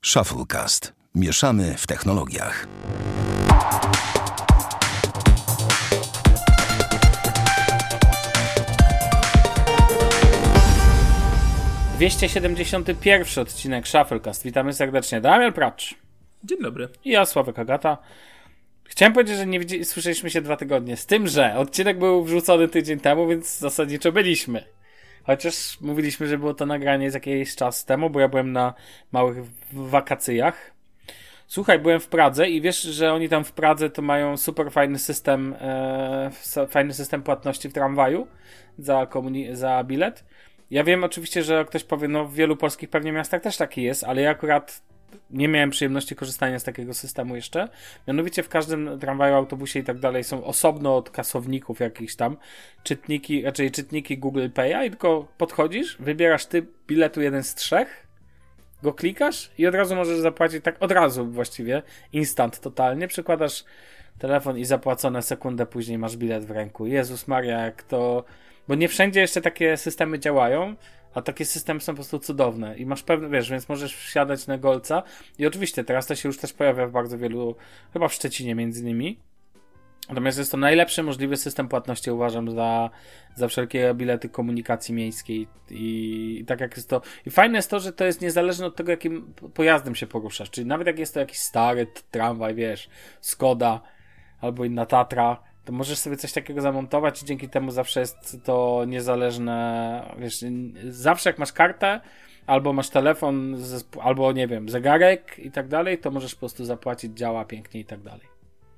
Shufflecast. Mieszamy w technologiach. ...271 odcinek Shufflecast. Witamy serdecznie. Daniel Pracz. Dzień dobry. I ja, Sławek Agata. Chciałem powiedzieć, że nie słyszeliśmy się 2 tygodnie. Z tym, że odcinek był wrzucony tydzień temu, więc zasadniczo byliśmy. Chociaż mówiliśmy, że było to nagranie z jakiś czas temu, bo ja byłem na małych wakacyjach. Słuchaj, byłem w Pradze i wiesz, że oni tam w Pradze to mają super fajny system płatności w tramwaju za bilet. Ja wiem oczywiście, że ktoś powie, no w wielu polskich pewnie miastach też taki jest, ale ja akurat nie miałem przyjemności korzystania z takiego systemu jeszcze. Mianowicie w każdym tramwaju, autobusie i tak dalej są osobno od kasowników jakichś tam czytniki Google Pay'a i tylko podchodzisz, wybierasz typ biletu 1 z 3, go klikasz i od razu możesz zapłacić, tak od razu właściwie, instant totalnie, przykładasz telefon i zapłacone sekundę później masz bilet w ręku. Jezus Maria, jak to... Bo nie wszędzie jeszcze takie systemy działają, a takie systemy są po prostu cudowne i masz pewne, wiesz, więc możesz wsiadać na Golca i oczywiście teraz to się już też pojawia w bardzo wielu, chyba w Szczecinie między innymi. Natomiast jest to najlepszy możliwy system płatności, uważam, za wszelkie bilety komunikacji miejskiej i tak jak jest to. I fajne jest to, że to jest niezależne od tego, jakim pojazdem się poruszasz. Czyli nawet jak jest to jakiś stary tramwaj, wiesz, Skoda albo inna Tatra, to możesz sobie coś takiego zamontować i dzięki temu zawsze jest to niezależne, wiesz, zawsze jak masz kartę, albo masz telefon, albo nie wiem, zegarek i tak dalej, to możesz po prostu zapłacić, działa pięknie i tak dalej.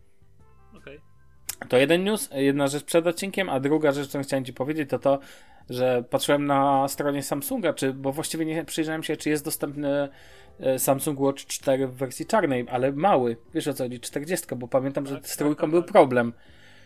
Okej. To jeden news, jedna rzecz przed odcinkiem, a druga rzecz, którą chciałem ci powiedzieć, to, że patrzyłem na stronie Samsunga, bo właściwie nie przyjrzałem się, czy jest dostępny Samsung Watch 4 w wersji czarnej, ale mały, wiesz o co chodzi, 40, bo pamiętam, że z trójką był problem.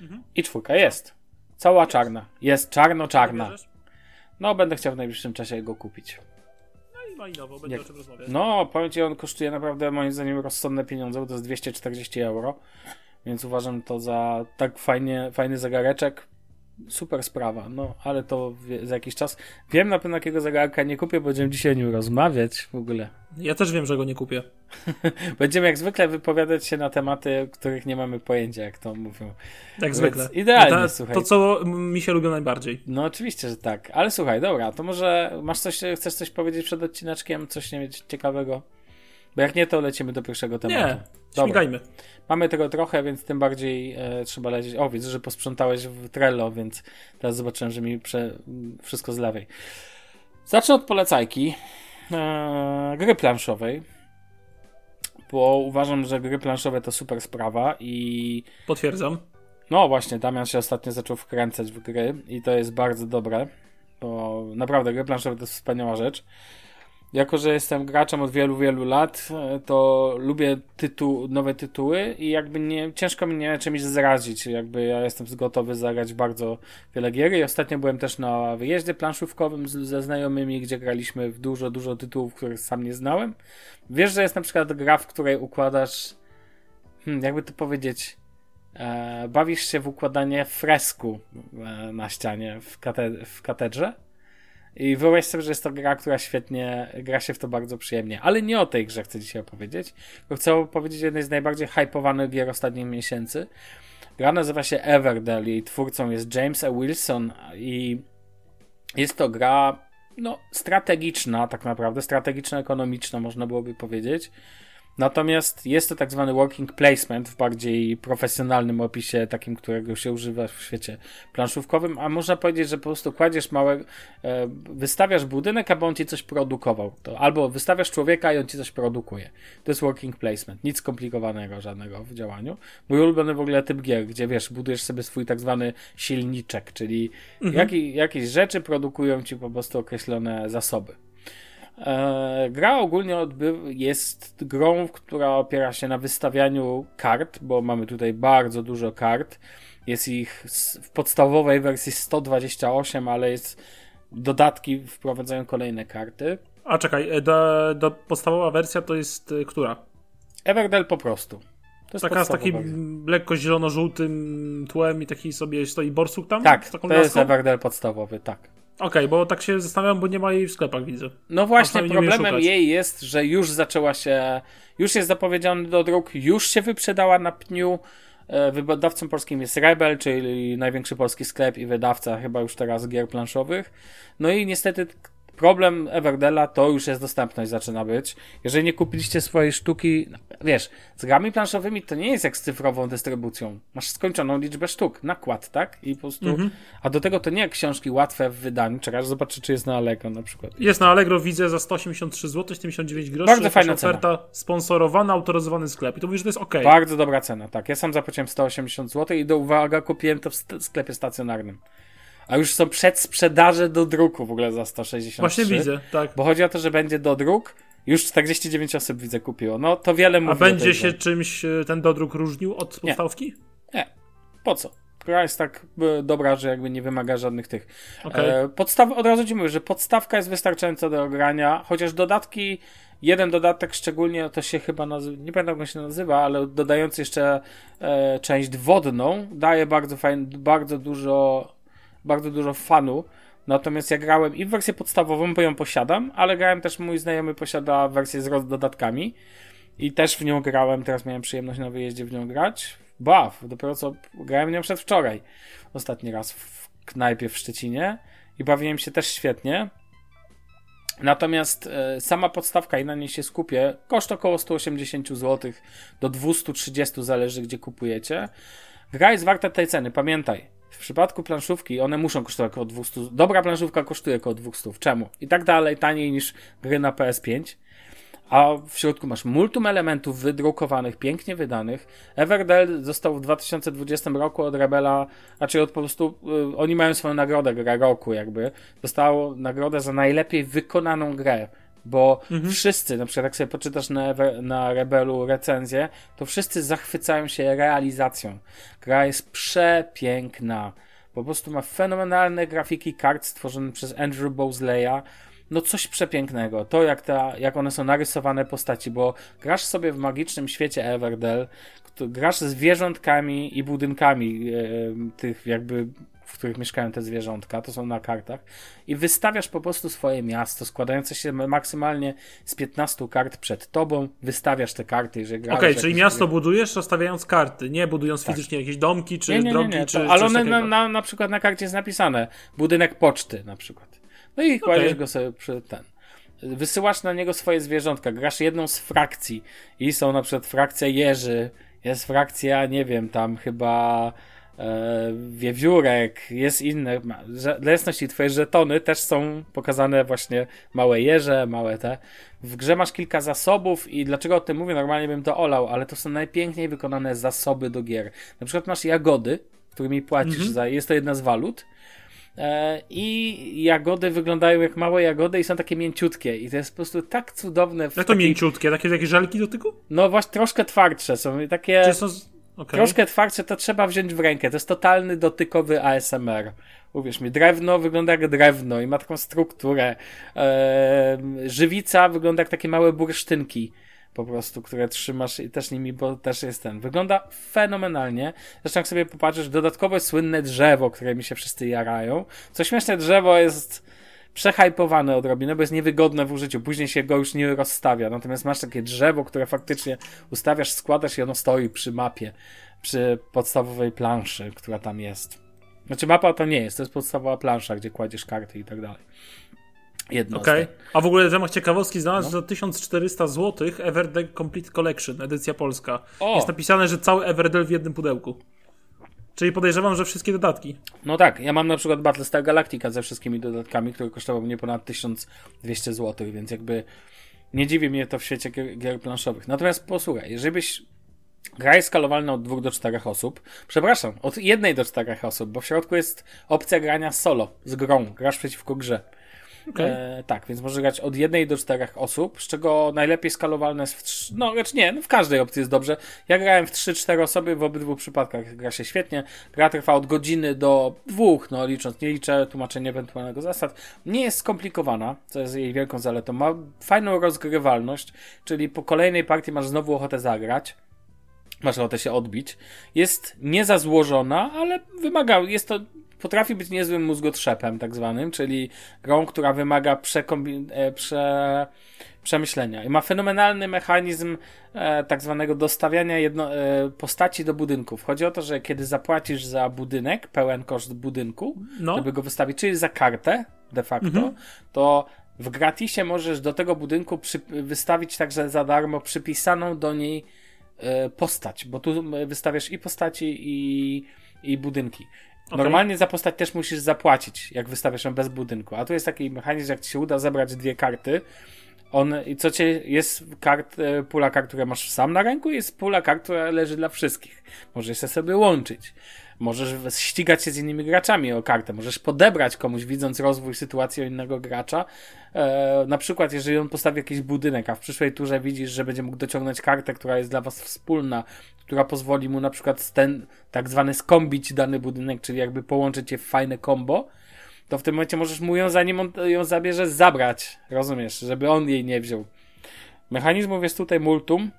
I 4 jest. Cała czarna. Jest czarno-czarna. No, będę chciał w najbliższym czasie go kupić. No i malinowo, będzie o czym rozmawiać. No, powiem ci, on kosztuje naprawdę moim zdaniem rozsądne pieniądze, bo to jest 240 euro. Więc uważam to za tak fajny zegareczek. Super sprawa, no, ale to za jakiś czas. Wiem na pewno, jakiego zegarka nie kupię, bo będziemy dzisiaj o nim rozmawiać w ogóle. Ja też wiem, że go nie kupię. Będziemy jak zwykle wypowiadać się na tematy, których nie mamy pojęcia, jak to mówią. Jak zwykle. Idealnie, słuchaj. To, co mi się lubią najbardziej. No oczywiście, że tak. Ale słuchaj, dobra, to może chcesz coś powiedzieć przed odcineczkiem? Coś nie mieć ciekawego? Bo jak nie, to lecimy do pierwszego tematu. Nie, śmigajmy. Mamy tego trochę, więc tym bardziej trzeba lecieć. O, widzę, że posprzątałeś w Trello, więc teraz zobaczyłem, że mi wszystko z lewej. Zacznę od polecajki gry planszowej, bo uważam, że gry planszowe to super sprawa i... Potwierdzam. No właśnie, Damian się ostatnio zaczął wkręcać w gry i to jest bardzo dobre, bo naprawdę gry planszowe to jest wspaniała rzecz. Jako że jestem graczem od wielu, wielu lat, to lubię nowe tytuły i jakby ciężko mi czymś zrazić. Jakby ja jestem gotowy zagrać bardzo wiele gier i ostatnio byłem też na wyjeździe planszówkowym ze znajomymi, gdzie graliśmy w dużo tytułów, których sam nie znałem. Wiesz, że jest na przykład gra, w której układasz, jakby to powiedzieć, bawisz się w układanie fresku na ścianie w katedrze? I wyobraź sobie, że jest to gra, która świetnie gra się w to bardzo przyjemnie. Ale nie o tej grze chcę dzisiaj opowiedzieć, tylko chcę opowiedzieć o jednej z najbardziej hypowanych gier ostatnich miesięcy. Gra nazywa się Everdell, jej twórcą jest James A. Wilson i jest to gra strategiczna tak naprawdę, strategiczno-ekonomiczna można byłoby powiedzieć. Natomiast jest to tak zwany working placement w bardziej profesjonalnym opisie, takim, którego się używa w świecie planszówkowym, a można powiedzieć, że po prostu kładziesz wystawiasz budynek, aby on ci coś produkował. Albo wystawiasz człowieka i on ci coś produkuje. To jest working placement. Nic skomplikowanego żadnego w działaniu. Mój ulubiony w ogóle typ gier, gdzie wiesz, budujesz sobie swój tak zwany silniczek, czyli jakieś rzeczy produkują ci po prostu określone zasoby. Gra ogólnie jest grą, która opiera się na wystawianiu kart, bo mamy tutaj bardzo dużo kart. Jest ich w podstawowej wersji 128, ale dodatki wprowadzają kolejne karty. A czekaj, podstawowa wersja to jest która? Everdell po prostu. To jest taka z takim lekko zielono-żółtym tłem i taki sobie stoi borsuk tam? Tak, z taką to jest Everdell podstawowy, tak. Okej, bo tak się zastanawiam, bo nie ma jej w sklepach, widzę. No właśnie, nie umiem problemem szukać. jej jest, że już zaczęła się, już jest zapowiedziany do druk, już się wyprzedała na pniu. Wydawcą polskim jest Rebel, czyli największy polski sklep i wydawca chyba już teraz gier planszowych. No i niestety problem Everdella to już jest dostępność zaczyna być. Jeżeli nie kupiliście swojej sztuki, wiesz, z grami planszowymi to nie jest jak z cyfrową dystrybucją. Masz skończoną liczbę sztuk, nakład, tak? I po prostu, a do tego to nie jak książki łatwe w wydaniu. Czekaj, zobaczę, czy jest na Allegro na przykład. Jest na Allegro, widzę, za 183 zł, 79 groszy. Bardzo fajna oferta sponsorowana, autoryzowany sklep. I to mówisz, że to jest okej. Bardzo dobra cena, tak. Ja sam zapłaciłem 180 zł i uwaga, kupiłem to w sklepie stacjonarnym. A już są przedsprzedaże do druku w ogóle za 163. Właśnie widzę, tak. Bo chodzi o to, że będzie dodruk. Już 49 osób widzę kupiło. No to wiele mówi. A będzie się czymś ten dodruk różnił od podstawki? Nie. Po co? Gra jest tak dobra, że jakby nie wymaga żadnych tych. Okay. Od razu ci mówię, że podstawka jest wystarczająca do grania, chociaż dodatki, jeden dodatek szczególnie, to się chyba nazywa, nie pamiętam jak się nazywa, ale dodając jeszcze część wodną, daje bardzo dużo fanu. Natomiast ja grałem i w wersję podstawową, bo ją posiadam, ale grałem też, mój znajomy posiada wersję z dodatkami i też w nią grałem, teraz miałem przyjemność na wyjeździe w nią grać. Dopiero co grałem w nią przedwczoraj. Ostatni raz w knajpie w Szczecinie i bawiłem się też świetnie. Natomiast sama podstawka i na niej się skupię, koszt około 180 zł do 230, zależy gdzie kupujecie. Gra jest warta tej ceny, pamiętaj. W przypadku planszówki one muszą kosztować około 200. Dobra planszówka kosztuje około 200. Czemu? I tak dalej, taniej niż gry na PS5. A w środku masz multum elementów wydrukowanych, pięknie wydanych. Everdell został w 2020 roku od Rebela, raczej od po prostu, oni mają swoją nagrodę, grę roku jakby. Dostało nagrodę za najlepiej wykonaną grę. Bo wszyscy, na przykład jak sobie poczytasz na Rebelu recenzję, to wszyscy zachwycają się realizacją. Gra jest przepiękna. Po prostu ma fenomenalne grafiki kart stworzone przez Andrew Bowsleya. No coś przepięknego. To jak one są narysowane postaci, bo grasz sobie w magicznym świecie Everdell, grasz z zwierzątkami i budynkami tych jakby, w których mieszkają te zwierzątka, to są na kartach i wystawiasz po prostu swoje miasto, składające się maksymalnie z 15 kart przed tobą, wystawiasz te karty, że grasz. Okej, czyli miasto budujesz rozstawiając karty, nie budując fizycznie jakieś domki, czy drogi, czy ale one na przykład na karcie jest napisane budynek poczty na przykład. No i kładziesz go sobie przy ten. Wysyłasz na niego swoje zwierzątka, grasz jedną z frakcji i są na przykład frakcja jeży, jest frakcja, nie wiem, tam chyba wiewiórek, jest inne. Dla jasności, twoje żetony też są pokazane właśnie małe jeże, małe te. W grze masz kilka zasobów i dlaczego o tym mówię? Normalnie bym to olał, ale to są najpiękniej wykonane zasoby do gier. Na przykład masz jagody, którymi płacisz jest to jedna z walut. I jagody wyglądają jak małe jagody i są takie mięciutkie i to jest po prostu tak cudowne. Jak to mięciutkie? Takie jakieś żelki do tyłu? No właśnie, troszkę twardsze są takie. Czy są... Okay. Troszkę twardsze to trzeba wziąć w rękę. To jest totalny dotykowy ASMR. Uwierz mi, drewno wygląda jak drewno i ma taką strukturę. Żywica wygląda jak takie małe bursztynki po prostu, które trzymasz i też nimi, bo też jest ten. Wygląda fenomenalnie. Zresztą jak sobie popatrzysz, dodatkowe słynne drzewo, które mi się wszyscy jarają. Co śmieszne, drzewo jest przehajpowane odrobinę, bo jest niewygodne w użyciu. Później się go już nie rozstawia. Natomiast masz takie drzewo, które faktycznie ustawiasz, składasz i ono stoi przy mapie, przy podstawowej planszy, która tam jest. Znaczy mapa to nie jest, to jest podstawowa plansza, gdzie kładziesz karty i tak dalej. Okej. A w ogóle w ramach ciekawostki znalazł za 1400 zł Everdell Complete Collection, edycja polska. Jest napisane, że cały Everdell w jednym pudełku. Czyli podejrzewam, że wszystkie dodatki. No tak, ja mam na przykład Battlestar Galactica ze wszystkimi dodatkami, który kosztował mnie ponad 1200 zł, więc jakby nie dziwi mnie to w świecie gier planszowych. Natomiast posłuchaj, jeżeli byś gra jest skalowalna od 2 do 4 osób, przepraszam, od 1 do 4 osób, bo w środku jest opcja grania solo, z grą, grasz przeciwko grze. Okay. Tak, więc może grać od 1 do 4 osób, z czego najlepiej skalowalne jest w każdej opcji jest dobrze. Ja grałem w 3-4 osoby, w obydwu przypadkach gra się świetnie. Gra trwa od godziny do 2, nie liczę tłumaczenia ewentualnego zasad. Nie jest skomplikowana, co jest jej wielką zaletą. Ma fajną rozgrywalność, czyli po kolejnej partii masz znowu ochotę zagrać. Masz ochotę się odbić. Jest nie za złożona, ale jest to potrafi być niezłym mózgotrzepem tak zwanym, czyli grą, która wymaga przemyślenia. I ma fenomenalny mechanizm tak zwanego dostawiania postaci do budynków. Chodzi o to, że kiedy zapłacisz za budynek, pełen koszt budynku, żeby go wystawić, czyli za kartę de facto, to w gratisie możesz do tego budynku wystawić także za darmo przypisaną do niej postać, bo tu wystawiasz i postaci i budynki. Normalnie za postać też musisz zapłacić, jak wystawiasz ją bez budynku, a tu jest taki mechanizm, jak ci się uda zebrać 2 karty, jest pula kart, które masz sam na ręku, jest pula kart, która leży dla wszystkich. Możesz je sobie łączyć. Możesz ścigać się z innymi graczami o kartę. Możesz podebrać komuś, widząc rozwój sytuacji innego gracza. Na przykład, jeżeli on postawi jakiś budynek, a w przyszłej turze widzisz, że będzie mógł dociągnąć kartę, która jest dla was wspólna, która pozwoli mu na przykład tak zwany skombić dany budynek, czyli jakby połączyć je w fajne combo, to w tym momencie możesz mu ją, zanim on ją zabierze, zabrać. Rozumiesz? Żeby on jej nie wziął. Mechanizmów jest tutaj multum,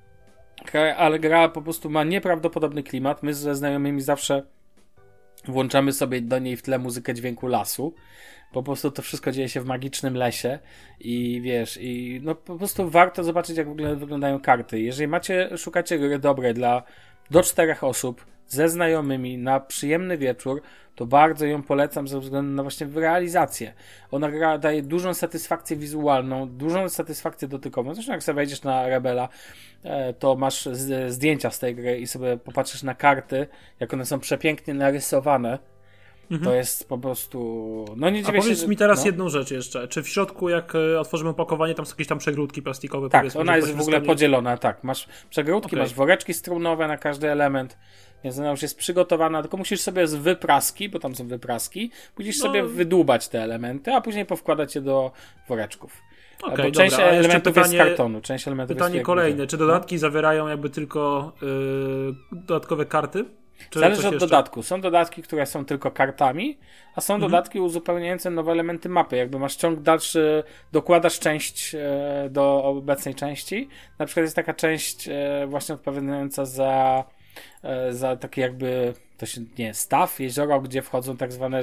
ale gra po prostu ma nieprawdopodobny klimat. My ze znajomymi zawsze włączamy sobie do niej w tle muzykę dźwięku lasu. Po prostu to wszystko dzieje się w magicznym lesie i wiesz, i no po prostu warto zobaczyć, jak w ogóle wyglądają karty. Jeżeli szukacie gry dobrej do 4 osób, ze znajomymi, na przyjemny wieczór, to bardzo ją polecam ze względu na właśnie realizację. Ona daje dużą satysfakcję wizualną, dużą satysfakcję dotykową. Zresztą jak sobie wejdziesz na Rebela, to masz zdjęcia z tej gry i sobie popatrzysz na karty, jak one są przepięknie narysowane. To jest po prostu... No nie dziwię się, powiedz mi teraz jedną rzecz jeszcze. Czy w środku, jak otworzymy opakowanie, tam są jakieś tam przegródki plastikowe? Tak, ona jest w ogóle podzielona. Tak, masz przegródki, masz woreczki strunowe na każdy element, więc ona już jest przygotowana, tylko musisz sobie z wypraski, bo tam są wypraski, musisz sobie wydłubać te elementy, a później powkładać je do woreczków. Bo część elementów jest z kartonu, część elementów pytanie jest kolejne. Czy dodatki zawierają jakby tylko dodatkowe karty? Zależy od dodatku. Są dodatki, które są tylko kartami, a są dodatki uzupełniające nowe elementy mapy. Jakby masz ciąg dalszy, dokładasz część do obecnej części. Na przykład jest taka część właśnie odpowiadająca za takie jakby, to się staw, jezioro, gdzie wchodzą tak zwane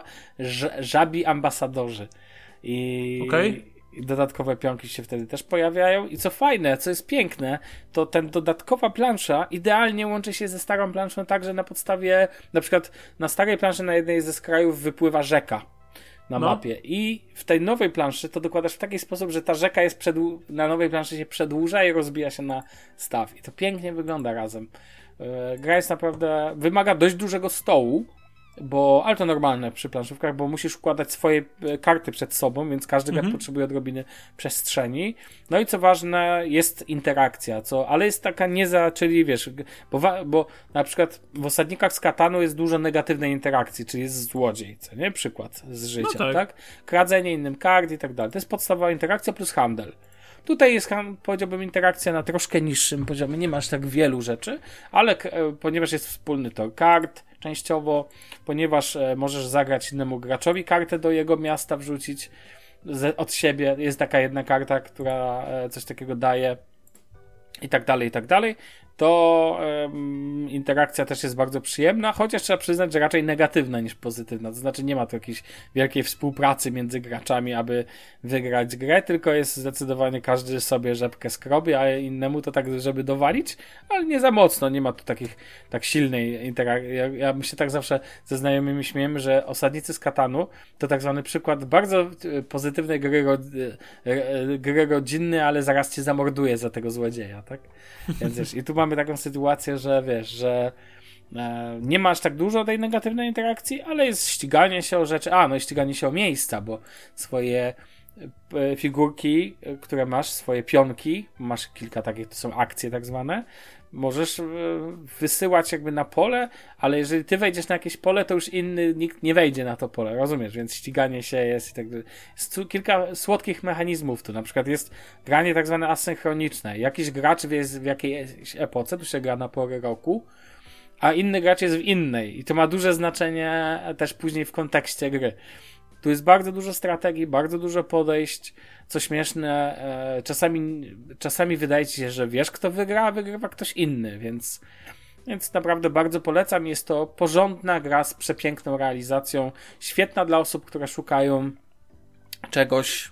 żabi ambasadorzy. I dodatkowe pionki się wtedy też pojawiają. I co fajne, co jest piękne, to ten dodatkowa plansza idealnie łączy się ze starą planszą tak, że na podstawie, na przykład na starej planszy na jednej ze skrajów wypływa rzeka na mapie. I w tej nowej planszy to dokładasz w taki sposób, że ta rzeka jest na nowej planszy się przedłuża i rozbija się na staw. I to pięknie wygląda razem. Gra jest naprawdę, wymaga dość dużego stołu, ale to normalne przy planszówkach, bo musisz układać swoje karty przed sobą, więc każdy gracz potrzebuje odrobiny przestrzeni. No i co ważne, jest interakcja, ale jest taka czyli wiesz, bo na przykład w Osadnikach z Katanu jest dużo negatywnej interakcji, czyli jest złodziej, co nie? Przykład z życia, tak? Kradzenie innym kart i tak dalej. To jest podstawowa interakcja plus handel. Tutaj jest, powiedziałbym, interakcja na troszkę niższym poziomie, nie masz tak wielu rzeczy, ale ponieważ jest wspólny tor kart częściowo, ponieważ możesz zagrać innemu graczowi kartę do jego miasta wrzucić od siebie, jest taka jedna karta, która coś takiego daje i tak dalej, to interakcja też jest bardzo przyjemna, chociaż trzeba przyznać, że raczej negatywna niż pozytywna. To znaczy nie ma tu jakiejś wielkiej współpracy między graczami, aby wygrać grę, tylko jest zdecydowanie każdy sobie rzepkę skrobi, a innemu to tak, żeby dowalić, ale nie za mocno, nie ma tu tak silnej interakcji. Ja my się tak zawsze ze znajomymi śmiejemy, że Osadnicy z Katanu to tak zwany przykład bardzo pozytywnej gry rodzinnej, ale zaraz cię zamorduje za tego złodzieja, tak? Więc wiesz, i tu mamy taką sytuację, że wiesz, że nie ma aż tak dużo tej negatywnej interakcji, ale jest ściganie się o rzeczy, no i ściganie się o miejsca, bo swoje figurki, które masz, swoje pionki, masz kilka takich, to są akcje tak zwane, możesz wysyłać jakby na pole, ale jeżeli ty wejdziesz na jakieś pole, to już nikt nie wejdzie na to pole, rozumiesz? Więc ściganie się jest i tak dalej. Jest kilka słodkich mechanizmów tu. Na przykład jest granie tak zwane asynchroniczne. Jakiś gracz jest w jakiejś epoce, tu się gra na porę roku, a inny gracz jest w innej. I to ma duże znaczenie też później w kontekście gry. Tu jest bardzo dużo strategii, bardzo dużo podejść. Co śmieszne, czasami wydaje ci się, że wiesz, kto wygra, a wygrywa ktoś inny, więc Więc naprawdę bardzo polecam. Jest to porządna gra z przepiękną realizacją. Świetna dla osób, które szukają czegoś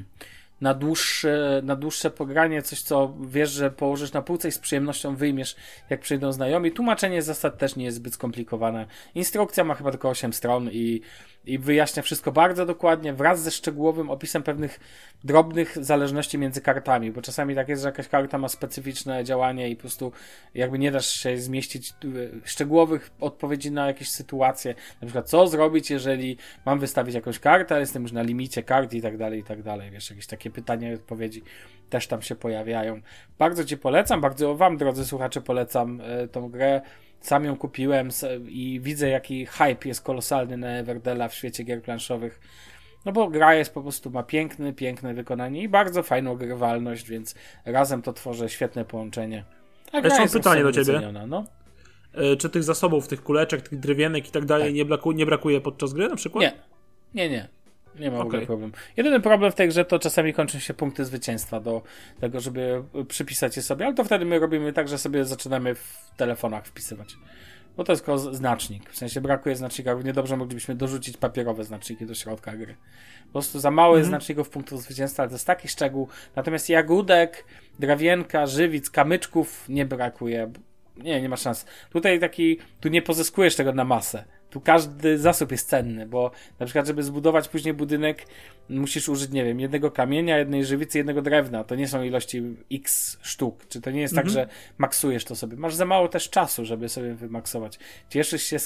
na dłuższe pogranie, coś co wiesz, że położysz na półce i z przyjemnością wyjmiesz, jak przyjdą znajomi. Tłumaczenie zasad też nie jest zbyt skomplikowane. Instrukcja ma chyba tylko 8 stron i wyjaśnia wszystko bardzo dokładnie, wraz ze szczegółowym opisem pewnych drobnych zależności między kartami, bo czasami tak jest, że jakaś karta ma specyficzne działanie i po prostu jakby nie dasz się zmieścić szczegółowych odpowiedzi na jakieś sytuacje. Na przykład co zrobić, jeżeli mam wystawić jakąś kartę, ale jestem już na limicie kart i tak dalej. Wiesz, jakieś takie pytania i odpowiedzi też tam się pojawiają. Bardzo Ci polecam, bardzo Wam, drodzy słuchacze, polecam tą grę. Sam ją kupiłem i widzę, jaki hype jest kolosalny na Everdella w świecie gier planszowych. No bo gra jest po prostu, ma piękne wykonanie i bardzo fajną grywalność, więc razem to tworzy świetne połączenie. A gra mam pytanie do Ciebie. Doceniona, no. Czy tych zasobów, tych kuleczek, tych drewienek i tak dalej nie brakuje podczas gry na przykład? Nie. Nie ma w ogóle problemu. Jedyny problem w tej grze to czasami kończą się punkty zwycięstwa do tego, żeby przypisać je sobie, ale to wtedy my robimy tak, że sobie zaczynamy w telefonach wpisywać. Bo to jest tylko znacznik. W sensie brakuje znacznika. Równie dobrze moglibyśmy dorzucić papierowe znaczniki do środka gry. Po prostu za mało jest znaczników punktów zwycięstwa, ale to jest taki szczegół. Natomiast jagódek, drawienka, żywic, kamyczków nie brakuje. Nie ma szans. Tu nie pozyskujesz tego na masę. Tu każdy zasób jest cenny, bo na przykład, żeby zbudować później budynek, musisz użyć, nie wiem, jednego kamienia, jednej żywicy, jednego drewna. To nie są ilości x sztuk. Czy to nie jest tak, że maksujesz to sobie. Masz za mało też czasu, żeby sobie wymaksować. Cieszysz się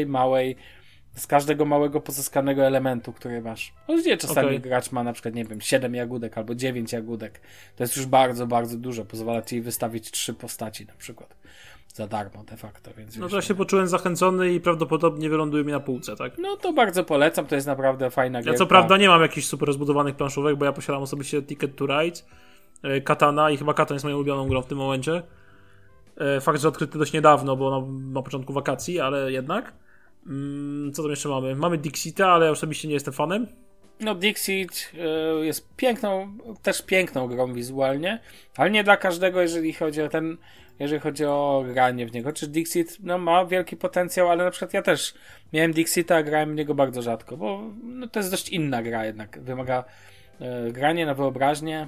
z każdego małego pozyskanego elementu, który masz. No, gdzie czasami gracz ma na przykład, nie wiem, 7 jagódek albo 9 jagódek. To jest już bardzo, bardzo dużo. Pozwala ci wystawić 3 postaci na przykład. Za darmo de facto. Więc no to ja się poczułem zachęcony i prawdopodobnie wyląduje mi na półce, tak? No to bardzo polecam, to jest naprawdę fajna gra. Ja co prawda nie mam jakichś super rozbudowanych planszówek, bo ja posiadam osobiście Ticket to Ride, Katana i chyba Katan jest moją ulubioną grą w tym momencie. Fakt, że odkryty dość niedawno, bo na początku wakacji, ale jednak. Co tam jeszcze mamy? Mamy Dixita, ale ja osobiście nie jestem fanem. No Dixit jest piękną grą wizualnie, ale nie dla każdego, jeżeli chodzi o granie w niego. Czy Dixit ma wielki potencjał, ale na przykład ja też miałem Dixita, a grałem w niego bardzo rzadko, bo to jest dość inna gra jednak. Wymaga granie na wyobraźnię.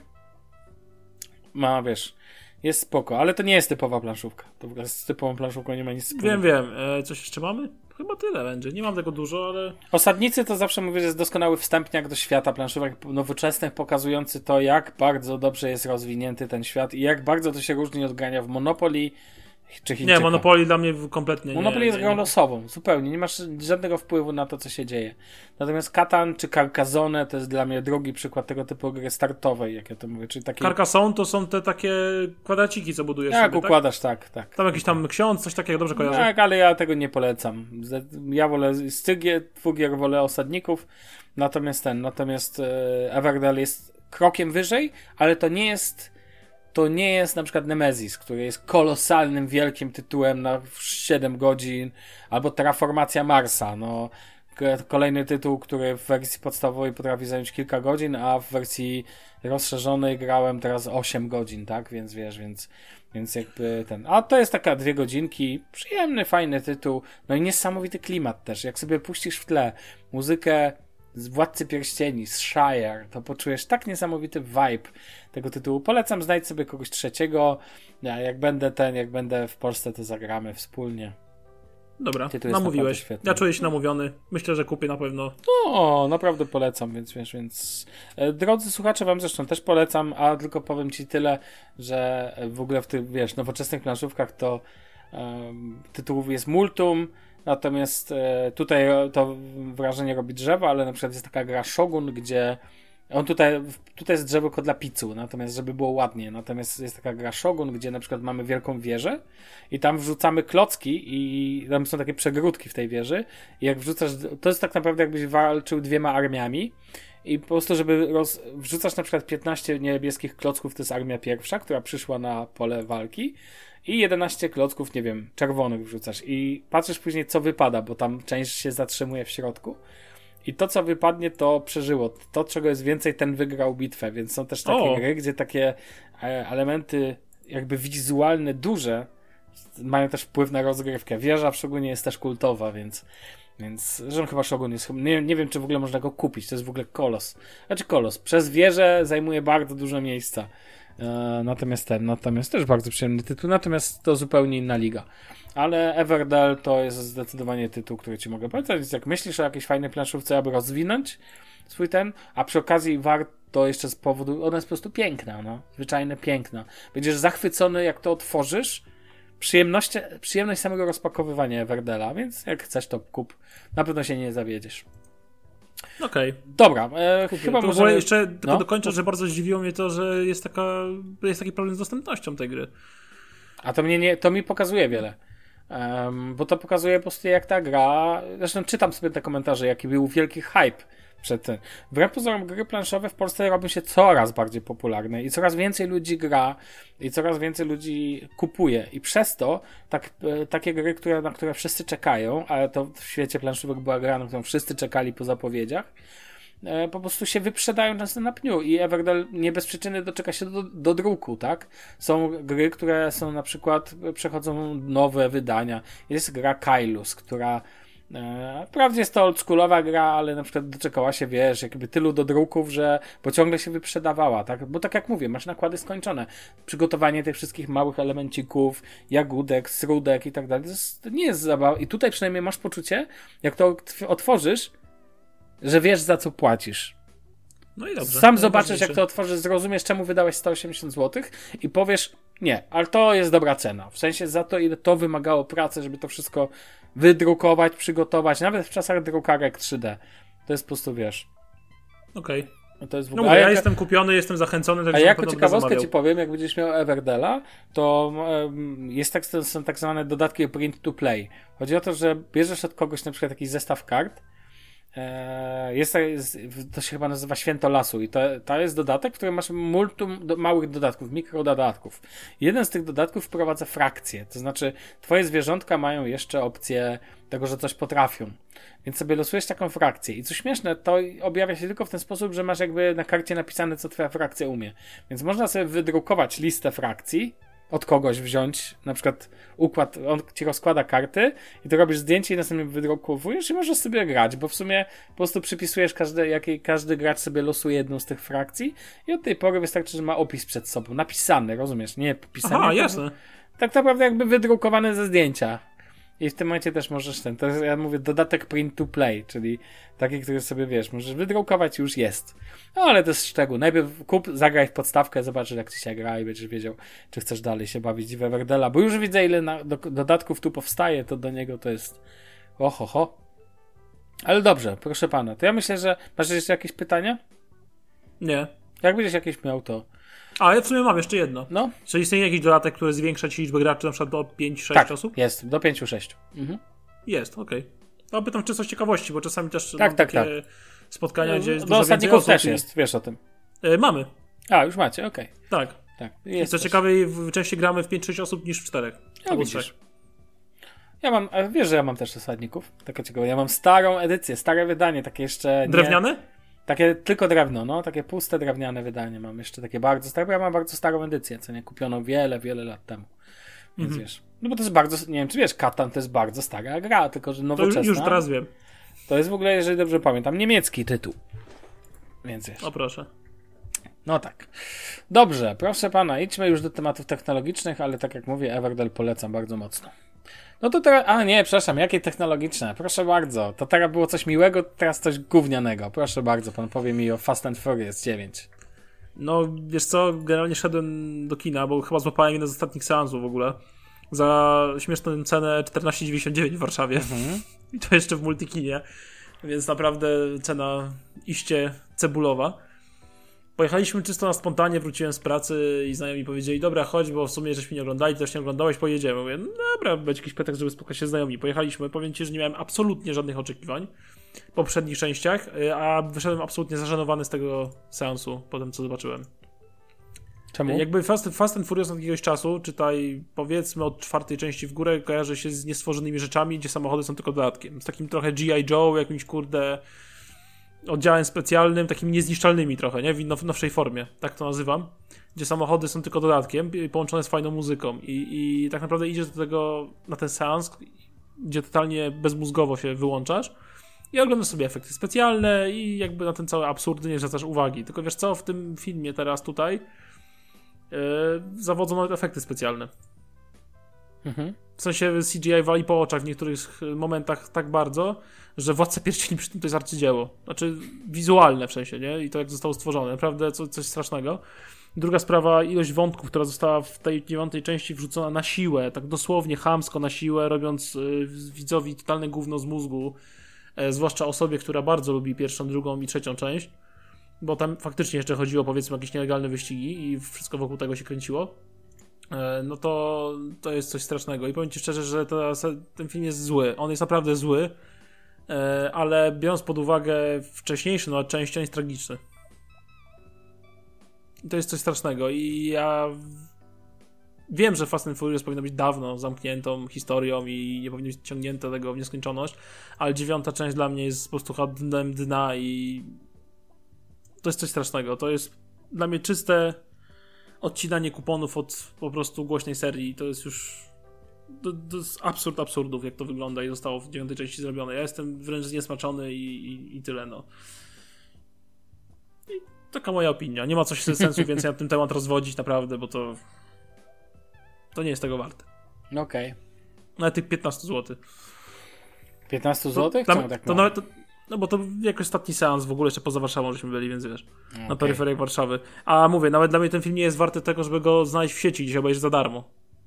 Jest spoko, ale to nie jest typowa planszówka. To w ogóle z typową planszówką nie ma nic wspólnego. Wiem. Coś jeszcze mamy? Chyba tyle będzie. Nie mam tego dużo, ale... Osadnicy to zawsze mówię, że jest doskonały wstępniak do świata planszówek nowoczesnych, pokazujący to, jak bardzo dobrze jest rozwinięty ten świat i jak bardzo to się różni od grania w Monopoly czy Chińczyka. Nie, Monopoly dla mnie kompletnie Monopoly jest grą losową, zupełnie. Nie masz żadnego wpływu na to, co się dzieje. Natomiast Catan czy Carcassonne to jest dla mnie drugi przykład tego typu gry startowej, jak ja to mówię. Czyli takie... Carcassonne to są te takie kwadraciki, co budujesz sobie, układasz, tak. Tam jakiś tam ksiądz, coś takiego, dobrze kojarzę? Tak, ale ja tego nie polecam. Ja wolę z tych gier wolę osadników, natomiast Everdell jest krokiem wyżej, ale to nie jest na przykład Nemesis, który jest kolosalnym, wielkim tytułem na 7 godzin, albo Terraformacja Marsa, kolejny tytuł, który w wersji podstawowej potrafi zająć kilka godzin, a w wersji rozszerzonej grałem teraz 8 godzin, tak? Więc jakby a to jest taka 2 godzinki, przyjemny, fajny tytuł, no i niesamowity klimat też. Jak sobie puścisz w tle muzykę z Władcy Pierścieni, z Shire, to poczujesz tak niesamowity vibe tego tytułu. Polecam, znajdź sobie kogoś trzeciego. Jak będę w Polsce, to zagramy wspólnie. Dobra, namówiłeś. Ja czuję się namówiony. Myślę, że kupię na pewno. No, naprawdę polecam, więc drodzy słuchacze, wam zresztą też polecam, a tylko powiem ci tyle, że w ogóle w tych, nowoczesnych planszówkach to tytułów jest multum. Natomiast tutaj to wrażenie robi drzewo, ale na przykład jest taka gra Shogun, gdzie tutaj jest drzewo tylko dla pizzu, natomiast żeby było ładnie. Natomiast jest taka gra Shogun, gdzie na przykład mamy wielką wieżę i tam wrzucamy klocki i tam są takie przegródki w tej wieży i jak wrzucasz, to jest tak naprawdę jakbyś walczył 2 armiami i po prostu, żeby wrzucasz na przykład 15 niebieskich klocków, to jest armia pierwsza, która przyszła na pole walki i 11 klocków, nie wiem, czerwonych wrzucasz i patrzysz później, co wypada, bo tam część się zatrzymuje w środku i to, co wypadnie, to przeżyło. To, czego jest więcej, ten wygrał bitwę, więc są też takie gry, gdzie takie elementy jakby wizualne, duże mają też wpływ na rozgrywkę. Wieża w Shogunie jest też kultowa, więc zresztą chyba Shogun jest, nie wiem, czy w ogóle można go kupić, to jest w ogóle kolos. Znaczy kolos, przez wieżę zajmuje bardzo dużo miejsca. Natomiast też bardzo przyjemny tytuł, natomiast to zupełnie inna liga. Ale Everdell to jest zdecydowanie tytuł, który ci mogę polecać, więc jak myślisz o jakiejś fajnej planszówce, aby rozwinąć swój a przy okazji warto jeszcze z powodu, ona jest po prostu piękna, no, zwyczajnie piękna. Będziesz zachwycony, jak to otworzysz, przyjemność samego rozpakowywania Everdella, więc jak chcesz, to kup, na pewno się nie zawiedziesz. Okej. Dobra, chyba może jeszcze tylko dokończę, że bardzo zdziwiło mnie to, że jest taki problem z dostępnością tej gry. A to mi pokazuje wiele. Bo to pokazuje po prostu, jak ta gra. Zresztą czytam sobie te komentarze, jaki był wielki hype przed tym. Wbrew pozorom, gry planszowe w Polsce robią się coraz bardziej popularne i coraz więcej ludzi gra i coraz więcej ludzi kupuje. I przez to takie gry, na które wszyscy czekają, ale to w świecie planszówek była gra, na którą wszyscy czekali po zapowiedziach, po prostu się wyprzedają często na pniu i Everdell nie bez przyczyny doczeka się do druku, tak? Są gry, które są na przykład, przechodzą nowe wydania. Jest gra Kailus, która wprawdzie jest to oldschoolowa gra, ale na przykład doczekała się, wiesz, jakby tylu dodruków, bo ciągle się wyprzedawała, tak? Bo tak jak mówię, masz nakłady skończone. Przygotowanie tych wszystkich małych elemencików, jagódek, srudek i tak dalej, to nie jest zabawa. I tutaj przynajmniej masz poczucie, jak to otworzysz, że wiesz, za co płacisz. No i dobrze. Sam zobaczysz, jak to otworzysz, zrozumiesz, czemu wydałeś 180 zł i powiesz, nie, ale to jest dobra cena. W sensie za to, ile to wymagało pracy, żeby to wszystko wydrukować, przygotować, nawet w czasach drukarek 3D. To jest po prostu, wiesz. Okej. To jest w ogóle... No ja jestem kupiony, jestem zachęcony. Tak, a jako ciekawostkę ci powiem, jak będziesz miał Everdella, to są tak zwane dodatki print to play. Chodzi o to, że bierzesz od kogoś na przykład jakiś zestaw kart, to się chyba nazywa Święto Lasu i to jest dodatek, w którym masz multum małych dodatków, mikrododatków. Jeden z tych dodatków wprowadza frakcje, to znaczy twoje zwierzątka mają jeszcze opcję tego, że coś potrafią. Więc sobie losujesz taką frakcję i co śmieszne, to objawia się tylko w ten sposób, że masz jakby na karcie napisane, co twoja frakcja umie. Więc można sobie wydrukować listę frakcji, od kogoś wziąć, na przykład układ, on ci rozkłada karty i to robisz zdjęcie i następnie wydrukowujesz i możesz sobie grać, bo w sumie po prostu przypisujesz każdy gracz sobie losuje jedną z tych frakcji i od tej pory wystarczy, że ma opis przed sobą, napisany, rozumiesz, nie pisany. Aha, jasne. Tak naprawdę jakby wydrukowany ze zdjęcia. I w tym momencie też możesz to jest, ja mówię, dodatek print to play, czyli taki, który sobie, wiesz, możesz wydrukować i już jest. No ale to jest szczegół. Najpierw zagraj w podstawkę, zobaczysz, jak ci się gra i będziesz wiedział, czy chcesz dalej się bawić w Everdella, bo już widzę, ile dodatków tu powstaje, to do niego to jest ohoho. Ale dobrze, proszę pana, to ja myślę, że masz jeszcze jakieś pytania? Nie. Jak będziesz jakieś miał, to... A ja w sumie mam jeszcze jedno. No? Czy istnieje jakiś dodatek, który zwiększa ci liczbę graczy na przykład do 5-6 tak, osób? jest, do 5-6. Mhm. Jest, okej. No pytam czysto z ciekawości, bo czasami też tak. spotkania, gdzie jest do dużo więcej osób. też jest, wiesz o tym. Mamy. A, już macie, okej. Tak. Jest I co też. ciekawe, częściej gramy w 5-6 osób niż w 4. Albo 3. Wiesz, że ja mam też osadników. Taka ciekawe. Ja mam starą edycję, stare wydanie, takie jeszcze... Drewniane? Takie tylko drewno, no. Takie puste drewniane wydanie mam jeszcze, takie bardzo stare, bo ja mam bardzo starą edycję, co nie kupiono wiele, wiele lat temu. Więc wiesz. No bo to jest bardzo, nie wiem czy wiesz, Catan to jest bardzo stara gra, tylko że nowoczesna. To już teraz wiem. To jest w ogóle, jeżeli dobrze pamiętam, niemiecki tytuł. Więc wiesz. O proszę. No tak. Dobrze, proszę pana, idźmy już do tematów technologicznych, ale tak jak mówię, Everdell polecam bardzo mocno. No to teraz... A nie, przepraszam, jakie technologiczne? Proszę bardzo. To teraz było coś miłego, teraz coś gównianego. Proszę bardzo, pan powie mi o Fast and Furious 9. No, wiesz co, generalnie szedłem do kina, bo chyba złapałem jeden z ostatnich seansów w ogóle. Za śmieszną cenę 14,99 w Warszawie. I to jeszcze w multikinie. Więc naprawdę cena iście cebulowa. Pojechaliśmy czysto na spontanie, wróciłem z pracy i znajomi powiedzieli, dobra, chodź, bo w sumie żeśmy nie oglądali, też nie oglądałeś, pojedziemy. Mówię, no dobra, będzie jakiś pretekst, żeby spotkać się z znajomymi. Pojechaliśmy, powiem ci, że nie miałem absolutnie żadnych oczekiwań w poprzednich częściach, a wyszedłem absolutnie zażenowany z tego seansu, po tym co zobaczyłem. Czemu? Jakby Fast and Furious od jakiegoś czasu, czytaj powiedzmy od 4. części w górę, kojarzy się z niestworzonymi rzeczami, gdzie samochody są tylko dodatkiem. Z takim trochę G.I. Joe, jakimś kurde... oddziałem specjalnym, takimi niezniszczalnymi trochę, nie? W nowszej formie, tak to nazywam. Gdzie samochody są tylko dodatkiem połączone z fajną muzyką i tak naprawdę idziesz do tego na ten seans, gdzie totalnie bezmózgowo się wyłączasz i oglądasz sobie efekty specjalne i jakby na ten cały absurd nie zwracasz uwagi. Tylko wiesz co, w tym filmie teraz tutaj zawodzą nawet efekty specjalne. W sensie CGI wali po oczach w niektórych momentach tak bardzo, że Władca Pierścieni przy tym to jest arcydzieło. Znaczy wizualne w sensie, nie? I to jak zostało stworzone. Naprawdę coś strasznego. Druga sprawa, ilość wątków, która została w tej 9. części wrzucona na siłę, tak dosłownie chamsko na siłę, robiąc widzowi totalne gówno z mózgu, zwłaszcza osobie, która bardzo lubi pierwszą, drugą i trzecią część, bo tam faktycznie jeszcze chodziło, powiedzmy, o jakieś nielegalne wyścigi i wszystko wokół tego się kręciło. No to jest coś strasznego i powiem ci szczerze, że ten film jest zły. On jest naprawdę zły, ale biorąc pod uwagę wcześniejszy część, on jest tragiczny. I to jest coś strasznego i ja wiem, że Fast and Furious powinno być dawno zamkniętą historią i nie powinno być ciągnięte tego w nieskończoność, ale 9. część dla mnie jest po prostu dnem dna i to jest coś strasznego. To jest dla mnie czyste odcinanie kuponów od po prostu głośnej serii. To jest już to jest absurd absurdów, jak to wygląda i zostało w 9. części zrobione. Ja jestem wręcz zniesmaczony i tyle, no. I taka moja opinia. Nie ma coś sensu więcej na ten temat rozwodzić, naprawdę, bo to nie jest tego warte. Okej. Nawet tych 15 zł. 15 zł? No bo to jakoś ostatni seans w ogóle jeszcze poza Warszawą żeśmy byli, więc wiesz, na peryferiach Warszawy. A mówię, nawet dla mnie ten film nie jest warty tego, żeby go znaleźć w sieci, gdzie obejrzysz za darmo.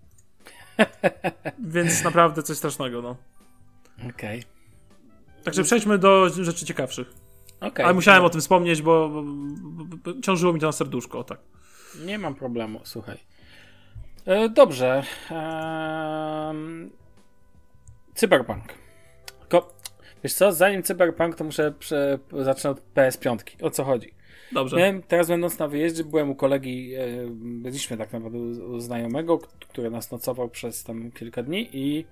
Więc naprawdę coś strasznego, no. Okej. Także przejdźmy do rzeczy ciekawszych. Ale musiałem o tym wspomnieć, bo ciążyło mi to na serduszko, tak. Nie mam problemu, słuchaj. Dobrze. Cyberpunk. Wiesz co, zanim Cyberpunk, to muszę zacznę od PS5. O co chodzi? Dobrze. Teraz będąc na wyjeździe, byłem u kolegi, byliśmy tak naprawdę u znajomego, który nas nocował przez tam kilka dni i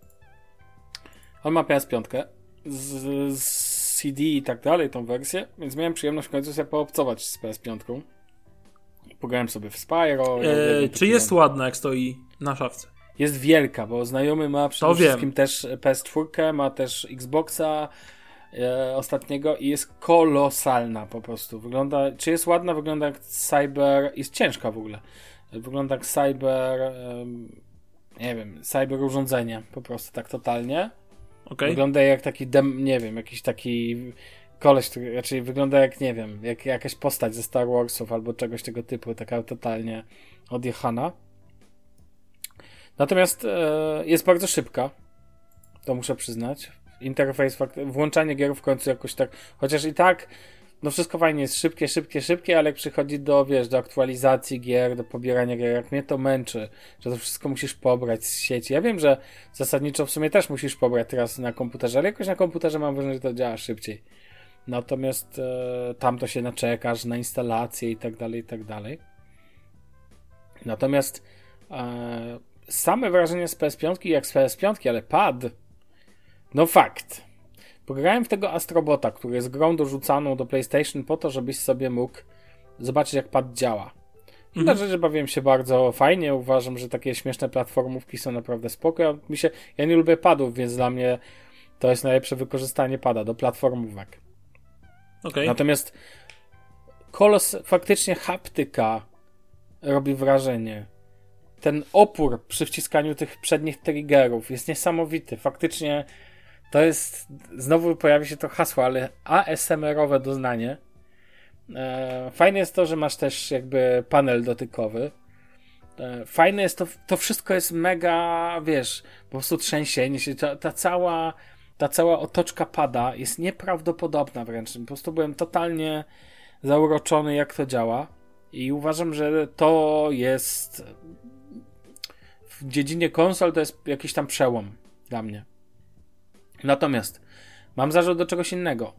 on ma PS5 z CD i tak dalej, tą wersję, więc miałem przyjemność w końcu sobie poobcować z PS5. Pograłem sobie w Spyro. Czy jest ładna, jak stoi na szafce? Jest wielka, bo znajomy ma przede wszystkim też PS4, ma też Xboxa ostatniego i jest kolosalna po prostu. Wygląda, czy jest ładna? Wygląda jak cyber, jest ciężka w ogóle. Wygląda jak cyber, nie wiem, cyber urządzenie po prostu tak totalnie. Okay. Wygląda jak taki, nie wiem, jakiś taki koleś, który raczej wygląda jak, nie wiem, jak jakaś postać ze Star Warsów albo czegoś tego typu, taka totalnie odjechana. Natomiast jest bardzo szybka, to muszę przyznać. Interfejs, włączanie gier w końcu jakoś tak, chociaż i tak, no wszystko fajnie jest szybkie, ale jak przychodzi do aktualizacji gier, do pobierania gier, jak mnie to męczy, że to wszystko musisz pobrać z sieci. Ja wiem, że zasadniczo w sumie też musisz pobrać teraz na komputerze, ale jakoś na komputerze mam wrażenie, że to działa szybciej. Natomiast tam to się naczekasz na instalację i tak dalej. Natomiast same wrażenie z PS5 jak z PS5, ale pad, no fakt. Pograłem w tego Astrobota, który jest grą dorzucaną do PlayStation po to, żebyś sobie mógł zobaczyć, jak pad działa. I na rzecz bawiłem się bardzo fajnie. Uważam, że takie śmieszne platformówki są naprawdę spoko. Ja nie lubię padów, więc dla mnie to jest najlepsze wykorzystanie pada do platformówek. Okay. Natomiast faktycznie haptyka robi wrażenie. Ten opór przy wciskaniu tych przednich triggerów jest niesamowity. Faktycznie to jest, znowu pojawi się to hasło, ale ASMR-owe doznanie. Fajne jest to, że masz też jakby panel dotykowy. Fajne jest to wszystko jest mega, wiesz, po prostu trzęsienie się. Ta cała otoczka pada jest nieprawdopodobna wręcz. Po prostu byłem totalnie zauroczony, jak to działa. I uważam, że to jest w dziedzinie konsol to jest jakiś tam przełom dla mnie. Natomiast mam zarzut do czegoś innego.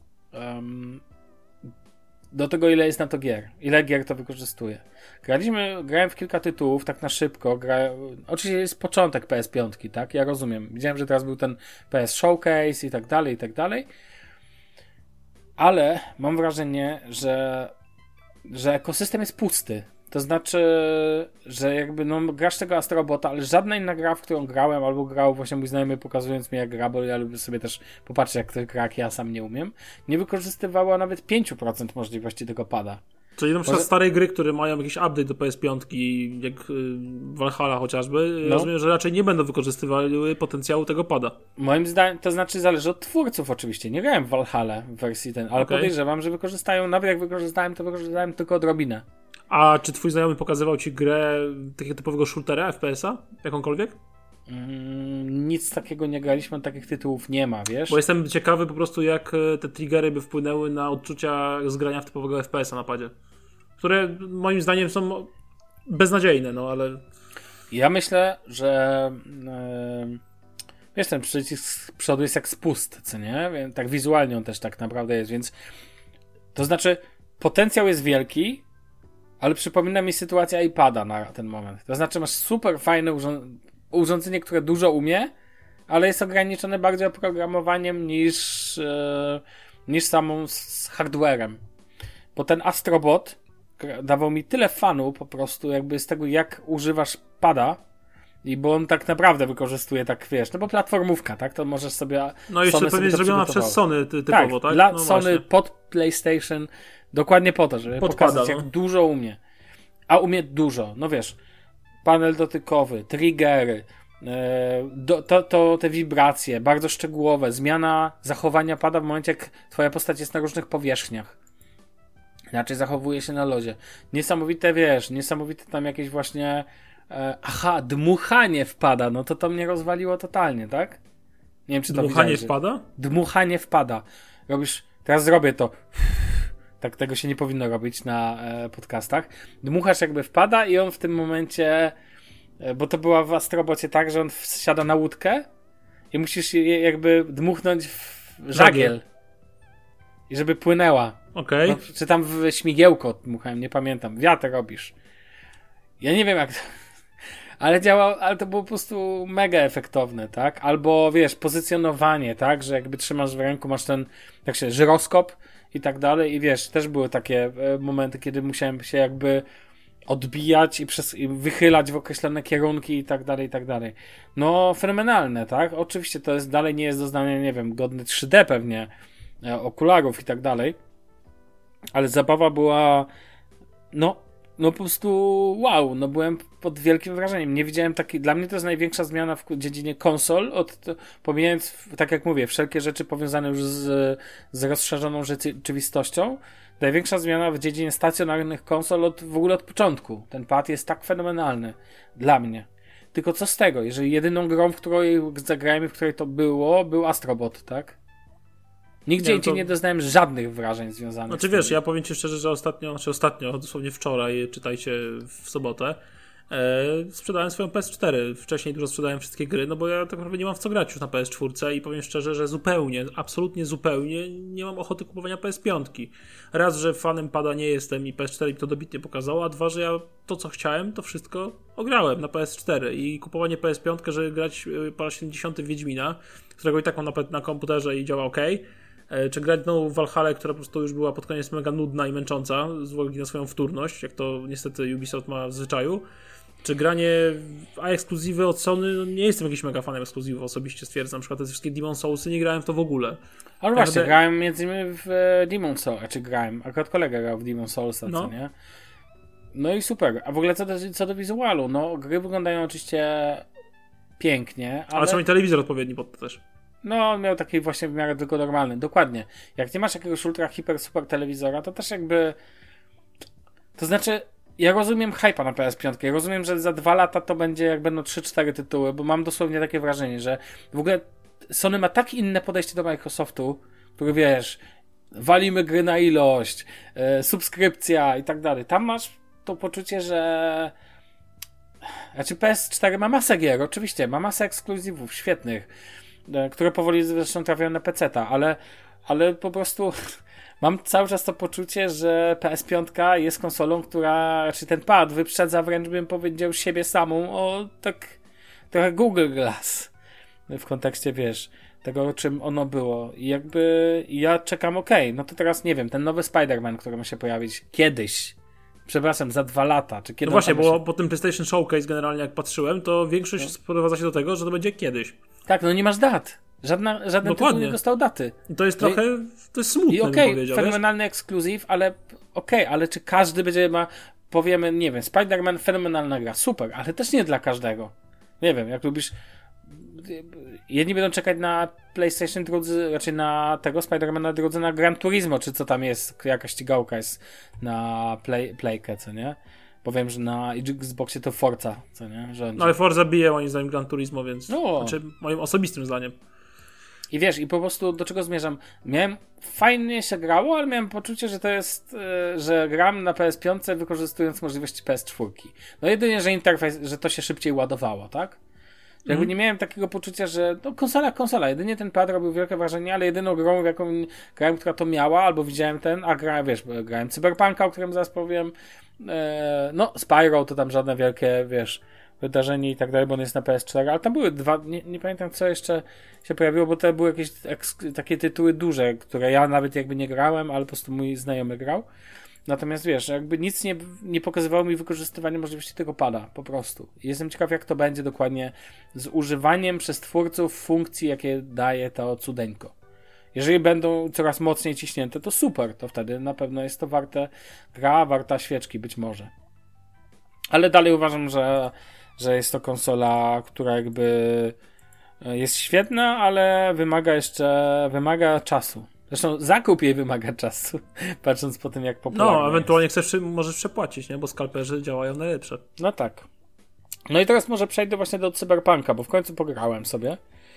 Do tego, ile jest na to gier. Ile gier to wykorzystuje. Grałem w kilka tytułów, tak na szybko. Oczywiście jest początek PS5, tak? Ja rozumiem. Widziałem, że teraz był ten PS Showcase i tak dalej. ale mam wrażenie, że ekosystem jest pusty. To znaczy, że jakby grasz tego Astrobota, ale żadna inna gra, w którą grałem, albo grał właśnie mój znajomy pokazując mi jak gra, bo ja lubię sobie też popatrzeć jak to gra, jak ja sam nie umiem, nie wykorzystywała nawet 5% możliwości tego pada. Czyli na przykład stare gry, które mają jakiś update do PS5, jak Valhalla chociażby, rozumiem, że raczej nie będą wykorzystywały potencjału tego pada. Moim zdaniem, to znaczy zależy od twórców oczywiście. Nie grałem w Valhalla w wersji ale podejrzewam, że wykorzystają, nawet jak wykorzystałem, to wykorzystałem tylko odrobinę. A czy twój znajomy pokazywał ci grę takiego typowego shootera, FPS-a? Jakąkolwiek? Nic takiego nie graliśmy, takich tytułów nie ma, wiesz? Bo jestem ciekawy po prostu, jak te triggery by wpłynęły na odczucia zgrania w typowego FPS-a na padzie. Które moim zdaniem są beznadziejne, no ale... Ja myślę, że wiesz, ten przycisk z przodu jest jak spust, co nie? Tak wizualnie on też tak naprawdę jest, więc to znaczy potencjał jest wielki, ale przypomina mi sytuacja iPada na ten moment. To znaczy masz super fajne urządzenie, które dużo umie, ale jest ograniczone bardziej oprogramowaniem niż samą z hardwarem. Bo ten Astrobot dawał mi tyle fanu po prostu jakby z tego, jak używasz pada, i bo on tak naprawdę wykorzystuje tak, wiesz, no bo platformówka, tak? To możesz sobie... No jeszcze pewnie zrobiona przez Sony typowo, tak? Dla no Sony właśnie. pod PlayStation dokładnie po to, żeby pokazać, jak dużo umie. A umie dużo, no wiesz, panel dotykowy, triggery, te wibracje, bardzo szczegółowe, zmiana zachowania pada w momencie, jak twoja postać jest na różnych powierzchniach. Inaczej zachowuje się na lodzie. Niesamowite, wiesz, niesamowite tam jakieś właśnie dmuchanie wpada, no to mnie rozwaliło totalnie, tak? Nie wiem, czy to dmuchanie wpada? Dmuchanie wpada. Robisz, teraz zrobię to. Tak tego się nie powinno robić na podcastach. Dmuchasz jakby wpada i on w tym momencie, bo to była w Astrobocie tak, że on wsiada na łódkę i musisz jakby dmuchnąć w żagiel. I żeby płynęła. Okej. No, czy tam w śmigiełko dmuchałem, nie pamiętam. Wiatr robisz. Ja nie wiem jak to... Ale to było po prostu mega efektowne, tak? Albo wiesz, pozycjonowanie, tak? Że jakby trzymasz w ręku, masz ten żyroskop i tak dalej i wiesz, też były takie momenty, kiedy musiałem się jakby odbijać i wychylać w określone kierunki i tak dalej, i tak dalej. No, fenomenalne, tak? Oczywiście to jest dalej nie jest doznanie, nie wiem, godny 3D pewnie, okularów i tak dalej, ale zabawa była no po prostu wow, no byłem pod wielkim wrażeniem. Nie widziałem takiej, dla mnie to jest największa zmiana w dziedzinie konsol, pomijając, tak jak mówię, wszelkie rzeczy powiązane już z rozszerzoną rzeczywistością. Największa zmiana w dziedzinie stacjonarnych konsol w ogóle od początku. Ten pad jest tak fenomenalny dla mnie. Tylko co z tego, jeżeli jedyną grą, w której zagrałem, w której to był Astrobot, tak? Nigdzie indziej nie doznałem żadnych wrażeń związanych z tym. Wiesz, ja powiem ci szczerze, że ostatnio, dosłownie wczoraj, czytajcie w sobotę, sprzedałem swoją PS4. Wcześniej dużo sprzedałem wszystkie gry, no bo ja tak naprawdę nie mam w co grać już na PS4 i powiem szczerze, że absolutnie zupełnie nie mam ochoty kupowania PS5. Raz, że fanem pada nie jestem i PS4 mi to dobitnie pokazało, a dwa, że ja to co chciałem, to wszystko ograłem na PS4 i kupowanie PS5, żeby grać po raz 70 Wiedźmina, którego i tak mam na komputerze i działa ok. Czy grać znowu w Valhalla, która po prostu już była pod koniec mega nudna i męcząca z uwagi na swoją wtórność, jak to niestety Ubisoft ma w zwyczaju. Czy granie a ekskluzywy od Sony, no nie jestem jakiś mega fanem ekskluzywów osobiście, stwierdzam. Na przykład te wszystkie Demon's Soulsy, nie grałem w to w ogóle. Ale właśnie, grałem między innymi w Demon's Souls, akurat kolega grał w Demon's Souls, co nie? No i super. A w ogóle co do wizualu, no gry wyglądają oczywiście pięknie, ale trzeba mieć telewizor odpowiedni pod to też. No, on miał taki właśnie w miarę tylko normalny. Dokładnie. Jak nie masz jakiegoś ultra, hiper, super telewizora, to też jakby... To znaczy, ja rozumiem hype'a na PS5. Ja rozumiem, że za 2 lata to będzie, jak będą 3-4 tytuły, bo mam dosłownie takie wrażenie, że w ogóle Sony ma tak inne podejście do Microsoftu, który wiesz, walimy gry na ilość, subskrypcja i tak dalej. Tam masz to poczucie, że... Znaczy PS4 ma masę gier, oczywiście, ma masę ekskluzywów, świetnych, które powoli zresztą trafiają na PC-ta, ale po prostu mam cały czas to poczucie, że PS5 jest konsolą, która, czy ten pad wyprzedza wręcz, bym powiedział, siebie samą o tak trochę Google Glass w kontekście, wiesz, tego, czym ono było. I jakby ja czekam, no to teraz nie wiem, ten nowy Spider-Man, który ma się pojawić kiedyś, przepraszam, za 2 lata, czy kiedy. No właśnie, bo po tym PlayStation Showcase generalnie jak patrzyłem, to większość sprowadza się do tego, że to będzie kiedyś. Tak, no nie masz dat. Żaden tytuł nie dostał daty. To jest trochę, to jest smutne, bym powiedział. Fenomenalny ekskluzyw, ale ale czy każdy będzie powiemy, nie wiem, Spider-Man, fenomenalna gra, super, ale też nie dla każdego. Nie wiem, jak lubisz. Jedni będą czekać na PlayStation, drudzy, raczej na tego Spider-Mana, drudzy na Gran Turismo, czy co tam jest, jakaś ścigałka jest na Playkę, co nie? Bo wiem, że na Xboxie to Forza, co nie? Rządzi. No ale Forza bije moim zdaniem Gran Turismo, więc znaczy moim osobistym zdaniem. I wiesz, i po prostu do czego zmierzam? Fajnie się grało, ale miałem poczucie, że to jest, że gram na PS5 wykorzystując możliwości PS4. No jedynie, że interfejs, że to się szybciej ładowało, tak? Jakby nie miałem takiego poczucia, że konsola. Jedynie ten pad robił wielkie wrażenie, ale jedyną grą, jaką grałem, która to miała, albo widziałem grałem Cyberpunka, o którym zaraz powiem. Spyro to tam żadne wielkie, wydarzenie i tak dalej, bo on jest na PS4, ale tam były 2, nie pamiętam co jeszcze się pojawiło, bo to były jakieś takie tytuły duże, które ja nawet jakby nie grałem, ale po prostu mój znajomy grał. Natomiast jakby nic nie pokazywało mi wykorzystywania możliwości tego pada, po prostu. Jestem ciekaw, jak to będzie dokładnie z używaniem przez twórców funkcji, jakie daje to cudeńko. Jeżeli będą coraz mocniej ciśnięte, to super, to wtedy na pewno jest to warta świeczki, być może. Ale dalej uważam, że jest to konsola, która jakby jest świetna, ale wymaga czasu. Zresztą zakup jej wymaga czasu, patrząc po tym, jak popularna No, ewentualnie możesz przepłacić, nie? Bo skalperzy działają najlepsze. No tak. No i teraz może przejdę właśnie do Cyberpunka, bo w końcu pograłem sobie.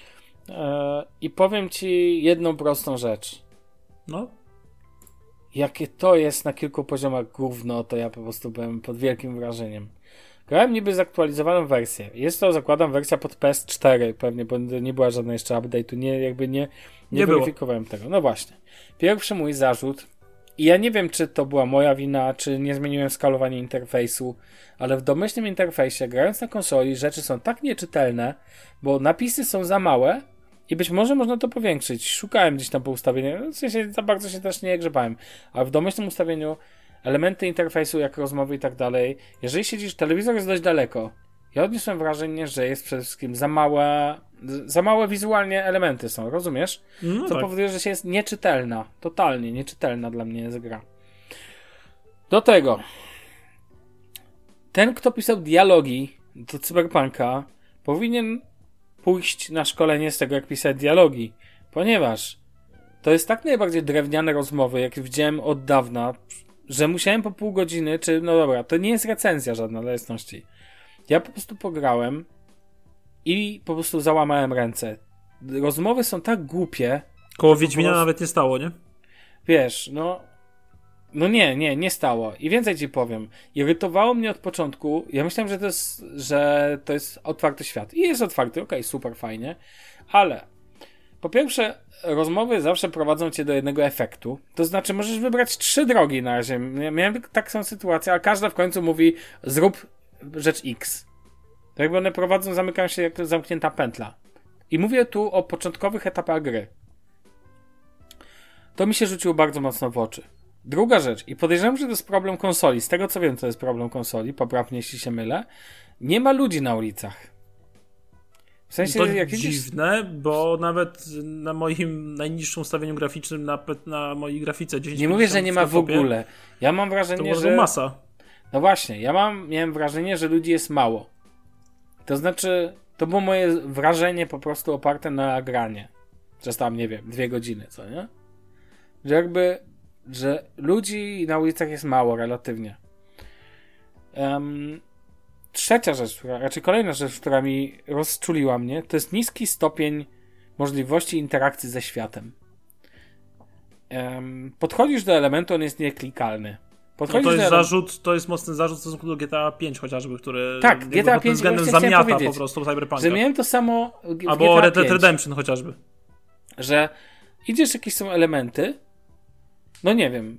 I powiem ci jedną prostą rzecz. No? Jakie to jest na kilku poziomach gówno, to ja po prostu byłem pod wielkim wrażeniem. Grałem niby zaktualizowaną wersję. Jest to, zakładam, wersja pod PS4 pewnie, bo nie była żadna jeszcze update'u. Nie weryfikowałem tego. No właśnie. Pierwszy mój zarzut, i ja nie wiem, czy to była moja wina, czy nie zmieniłem skalowania interfejsu, ale w domyślnym interfejsie, grając na konsoli, rzeczy są tak nieczytelne, bo napisy są za małe i być może można to powiększyć. Szukałem gdzieś tam po ustawieniu, w sensie za bardzo się też nie grzebałem, ale w domyślnym ustawieniu elementy interfejsu, jak rozmowy i tak dalej, jeżeli siedzisz, telewizor jest dość daleko. Ja odniosłem wrażenie, że jest przede wszystkim za małe wizualnie elementy są, rozumiesz? No to tak. powoduje, że się jest nieczytelna, totalnie nieczytelna dla mnie jest gra. Do tego ten, kto pisał dialogi do Cyberpunka, powinien pójść na szkolenie z tego, jak pisać dialogi, ponieważ to jest tak najbardziej drewniane rozmowy, jak widziałem od dawna, że musiałem po pół godziny, no dobra, to nie jest recenzja żadna dla jasności. Ja po prostu pograłem i po prostu załamałem ręce. Rozmowy są tak głupie. Koło Wiedźmina nawet nie stało, nie? Wiesz, no nie stało. I więcej ci powiem. Irytowało mnie od początku. Ja myślałem, że to jest otwarty świat. I jest otwarty, okej, super, fajnie. Ale po pierwsze, rozmowy zawsze prowadzą cię do jednego efektu. To znaczy, możesz wybrać 3 drogi na razie. Miałem taką sytuację, a każda w końcu mówi zrób rzecz X. Tak jakby one prowadzą, zamykają się jak zamknięta pętla. I mówię tu o początkowych etapach gry. To mi się rzuciło bardzo mocno w oczy. Druga rzecz, i podejrzewam, że to jest problem konsoli. Z tego co wiem, to jest problem konsoli, popraw mnie, jeśli się mylę. Nie ma ludzi na ulicach. W sensie, to jak dziwne, bo nawet na moim najniższym ustawieniu graficznym, na mojej grafice 10. Nie mówię, że nie ma w ogóle. Ja mam wrażenie, to że masa. No właśnie, miałem wrażenie, że ludzi jest mało. To znaczy, to było moje wrażenie po prostu oparte na granie. Przez tam, nie wiem, 2 godziny, co nie? Że ludzi na ulicach jest mało relatywnie. Trzecia rzecz, raczej kolejna rzecz, która mi rozczuliła mnie, to jest niski stopień możliwości interakcji ze światem. Podchodzisz do elementu, on jest nieklikalny. To jest mocny zarzut w stosunku do GTA 5 chociażby, który tak, GTA pod tym względem zamiata po prostu Cyberpunka. Że miałem to samo w albo GTA Red 5, Dead Redemption chociażby. Że idziesz, jakieś są elementy, no nie wiem,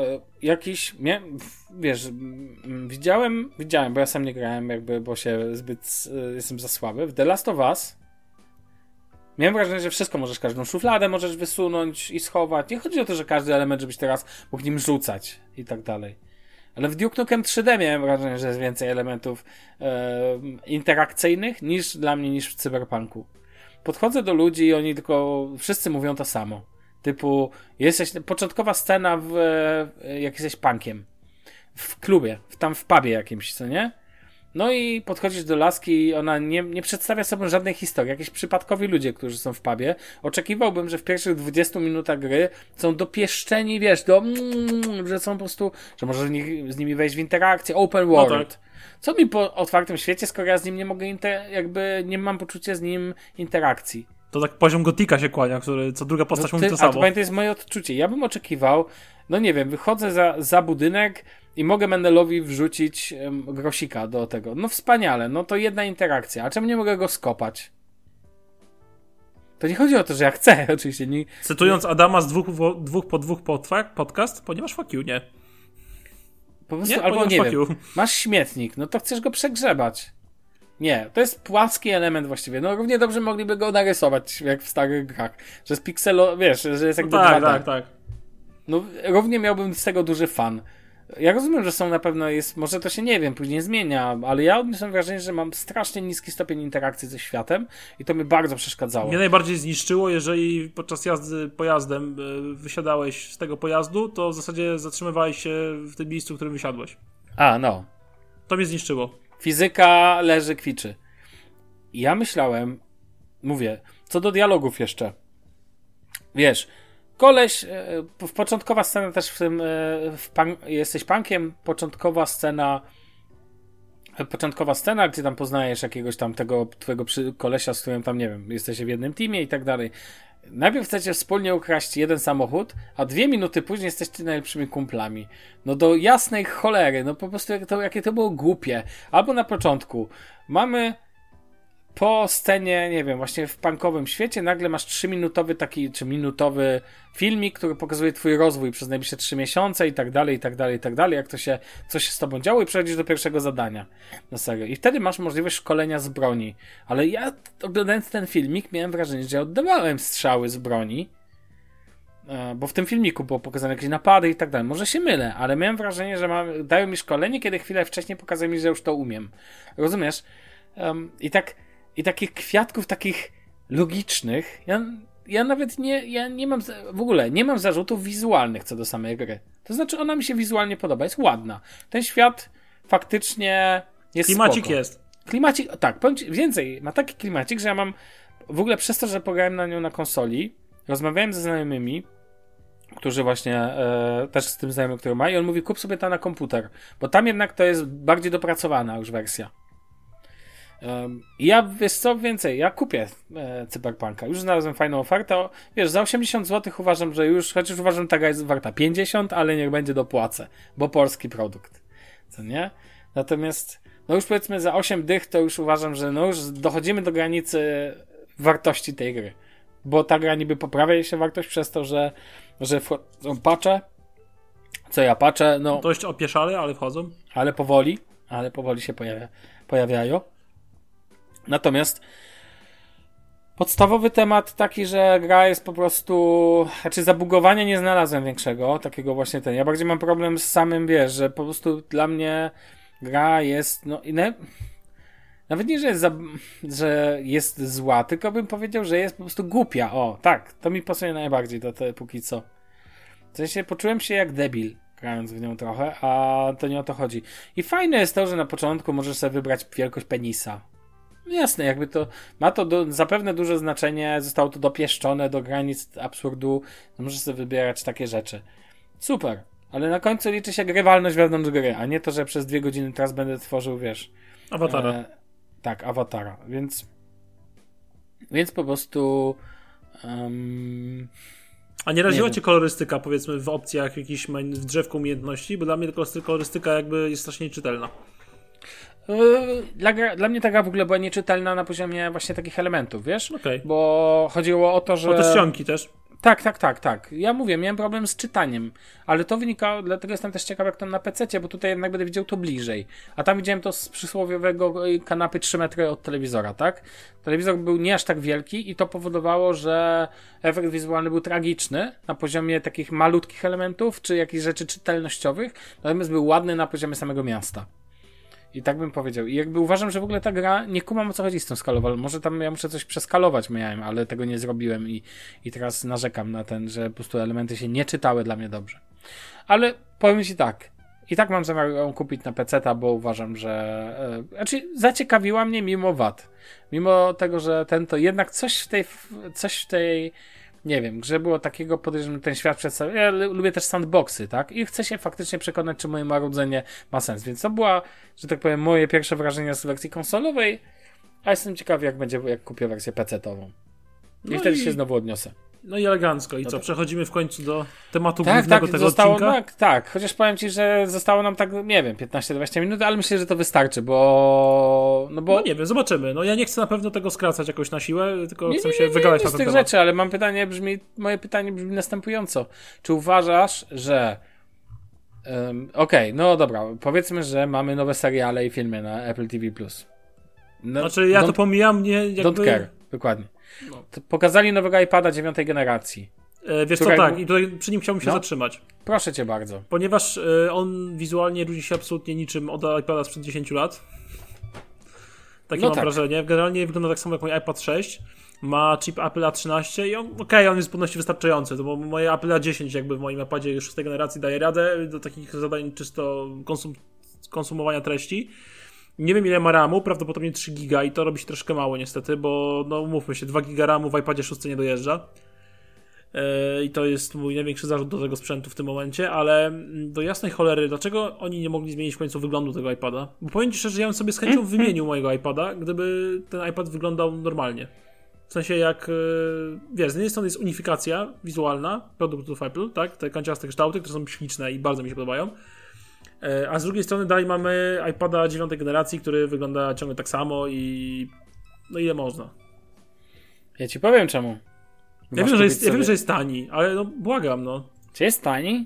wiesz, widziałem, bo ja sam nie grałem jakby, bo się jestem za słaby. W The Last of Us Miałem wrażenie, że wszystko możesz, każdą szufladę możesz wysunąć i schować. Nie chodzi o to, że każdy element, żebyś teraz mógł nim rzucać i tak dalej. Ale w Duke Nukem 3D miałem wrażenie, że jest więcej elementów interakcyjnych niż w Cyberpunku. Podchodzę do ludzi i oni tylko, wszyscy mówią to samo. Typu, początkowa scena jak jesteś punkiem. W klubie, tam w pubie jakimś, co nie? No i podchodzisz do laski i ona nie przedstawia sobą żadnej historii. Jakieś przypadkowi ludzie, którzy są w pubie. Oczekiwałbym, że w pierwszych 20 minutach gry są dopieszczeni, wiesz, że są po prostu, że możesz z nimi wejść w interakcję, open world. No tak. Co mi po otwartym świecie, skoro ja z nim nie mogę, nie mam poczucia z nim interakcji. To tak poziom Gotika się kłania, który co druga postać mówi to samo. To jest moje odczucie. Ja bym oczekiwał, no nie wiem, wychodzę za budynek i mogę Mendelowi wrzucić grosika do tego. No wspaniale, no to jedna interakcja. A czemu nie mogę go skopać? To nie chodzi o to, że ja chcę, oczywiście. Cytując Adama z dwóch po dwóch podcast, ponieważ fuck you, nie. Po prostu, nie? Albo nie wiem, masz śmietnik, no to chcesz go przegrzebać. Nie, to jest płaski element właściwie. No równie dobrze mogliby go narysować, jak w starych grach. Że z pikselo, wiesz, że jest jakby 2D. Tak. No równie miałbym z tego duży fan. Ja rozumiem, że są na pewno może to się nie wiem, później zmienia, ale ja odniosłem wrażenie, że mam strasznie niski stopień interakcji ze światem i to mi bardzo przeszkadzało. Mnie najbardziej zniszczyło, jeżeli podczas jazdy pojazdem wysiadałeś z tego pojazdu, to w zasadzie zatrzymywałeś się w tym miejscu, w którym wysiadłeś. No. To mnie zniszczyło. Fizyka leży, kwiczy. Ja myślałem, mówię, co do dialogów jeszcze. Wiesz, koleś, początkowa scena też w tym, jesteś punkiem, początkowa scena, gdzie tam poznajesz jakiegoś tam tego twojego kolesia, z którym tam, nie wiem, jesteście w jednym teamie i tak dalej. Najpierw chcecie wspólnie ukraść jeden samochód, a 2 minuty później jesteście najlepszymi kumplami. No do jasnej cholery, no po prostu jakie to było głupie. Albo na początku mamy po scenie, nie wiem, właśnie w punkowym świecie nagle masz 3-minutowy czy minutowy filmik, który pokazuje twój rozwój przez najbliższe 3 miesiące i tak dalej, jak co się z tobą działo i przechodzisz do pierwszego zadania. Na serio. I wtedy masz możliwość szkolenia z broni. Ale ja oglądając ten filmik miałem wrażenie, że ja oddawałem strzały z broni, bo w tym filmiku było pokazane jakieś napady i tak dalej. Może się mylę, ale miałem wrażenie, że dają mi szkolenie, kiedy chwilę wcześniej pokazują mi, że już to umiem. Rozumiesz? I takich kwiatków, takich logicznych, ja nawet nie mam, w ogóle nie mam zarzutów wizualnych co do samej gry. To znaczy ona mi się wizualnie podoba, jest ładna. Ten świat faktycznie jest klimacik spoko. Jest. Klimacik, tak, powiem ci więcej, ma taki klimacik, że ja mam, w ogóle przez to, że pograłem na nią na konsoli, rozmawiałem ze znajomymi, którzy właśnie też z tym znajomym, który ma i on mówi, kup sobie to na komputer, bo tam jednak to jest bardziej dopracowana już wersja. I ja, wiesz co, więcej, ja kupię Cyberpunka. Już znalazłem fajną ofertę. Wiesz, za 80 zł uważam, że chociaż uważam, że ta gra jest warta 50, ale niech będzie dopłacę, bo polski produkt. Co nie? Natomiast, no już powiedzmy za 8 dych to już uważam, że no już dochodzimy do granicy wartości tej gry. Bo ta gra niby poprawia jej się wartość przez to, że wchodzą patche. Co ja patrzę, no... Dość opieszale, ale wchodzą. Ale powoli się pojawiają. Natomiast podstawowy temat taki, że gra jest po prostu, znaczy zabugowania nie znalazłem większego, takiego właśnie ja bardziej mam problem z samym, wiesz, że po prostu dla mnie gra jest, no nawet nie, że jest zła, tylko bym powiedział, że jest po prostu głupia, tak, to mi pasuje najbardziej póki co. W sensie poczułem się jak debil grając w nią trochę, a to nie o to chodzi. I fajne jest to, że na początku możesz sobie wybrać wielkość penisa. Jasne, jakby to ma to zapewne duże znaczenie, zostało to dopieszczone do granic absurdu, no możesz sobie wybierać takie rzeczy. Super, ale na końcu liczy się grywalność wewnątrz gry, a nie to, że przez 2 godziny teraz będę tworzył, wiesz... Awatara. Tak, awatara, więc po prostu... A nie raziła cię kolorystyka, powiedzmy, w opcjach jakichś w drzewku umiejętności? Bo dla mnie kolorystyka jakby jest strasznie nieczytelna. Dla mnie ta gra w ogóle była nieczytelna na poziomie właśnie takich elementów, wiesz? Okay. Bo chodziło o to, że... O te ścianki też. Tak. Ja mówię, miałem problem z czytaniem, ale to wynikało, dlatego jestem też ciekaw jak to na PC, bo tutaj jednak będę widział to bliżej. A tam widziałem to z przysłowiowego kanapy 3 metry od telewizora, tak? Telewizor był nie aż tak wielki i to powodowało, że efekt wizualny był tragiczny na poziomie takich malutkich elementów, czy jakichś rzeczy czytelnościowych, natomiast był ładny na poziomie samego miasta. I tak bym powiedział. I jakby uważam, że w ogóle ta gra, nie kumam o co chodzi z tym skalowaniem. Może tam ja muszę coś przeskalować miałem, ale tego nie zrobiłem i teraz narzekam na że po prostu elementy się nie czytały dla mnie dobrze. Ale powiem ci tak. I tak mam zamiar ją kupić na PC-ta, bo uważam, że zaciekawiła mnie mimo wad. Mimo tego, że to jednak coś w tej nie wiem, grze było takiego, podejrzewam, ten świat przedstawia. Ja lubię też sandboxy, tak? I chcę się faktycznie przekonać, czy moje marudzenie ma sens. Więc to była, że tak powiem, moje pierwsze wrażenia z wersji konsolowej, a jestem ciekawy, jak będzie, jak kupię wersję PC-tową. I wtedy się znowu odniosę. No i elegancko. I co, przechodzimy w końcu do tematu głównego tego odcinka? Tak. Chociaż powiem ci, że zostało nam tak, nie wiem, 15-20 minut, ale myślę, że to wystarczy, bo... No nie wiem, zobaczymy. No ja nie chcę na pewno tego skracać jakoś na siłę, tylko chcę się wygadać na ten temat. Rzeczy, ale moje pytanie brzmi następująco. Czy uważasz, że... no dobra, powiedzmy, że mamy nowe seriale i filmy na Apple TV+. No, znaczy ja to pomijam, nie jakby... Don't care, dokładnie. No. Pokazali nowego iPada 9. generacji. Wiesz co, tak, i tutaj przy nim chciałbym się zatrzymać. Proszę cię bardzo. Ponieważ on wizualnie różni się absolutnie niczym od iPada sprzed 10 lat. Takie mam wrażenie. Generalnie wygląda tak samo jak mój iPad 6. Ma chip Apple A13 i on jest w zupełności wystarczający, bo moje Apple A10 jakby w moim iPadzie 6. generacji daje radę do takich zadań czysto konsumowania treści. Nie wiem ile ma RAMu, prawdopodobnie 3 giga i to robi się troszkę mało niestety, bo no umówmy się, 2 giga RAMu w iPadzie 6 nie dojeżdża. I to jest mój największy zarzut do tego sprzętu w tym momencie, ale do jasnej cholery, dlaczego oni nie mogli zmienić w końcu wyglądu tego iPada? Bo powiem ci szczerze, ja bym sobie z chęcią wymienił mojego iPada, gdyby ten iPad wyglądał normalnie. W sensie jak, wiesz, z jednej strony jest unifikacja wizualna produktów Apple, tak? Te kanciaste kształty, które są śliczne i bardzo mi się podobają. A z drugiej strony dalej mamy iPada 9. generacji, który wygląda ciągle tak samo i no ile można. Ja ci powiem czemu. Ja wiem, że jest tani, ale no błagam, no. Czy jest tani?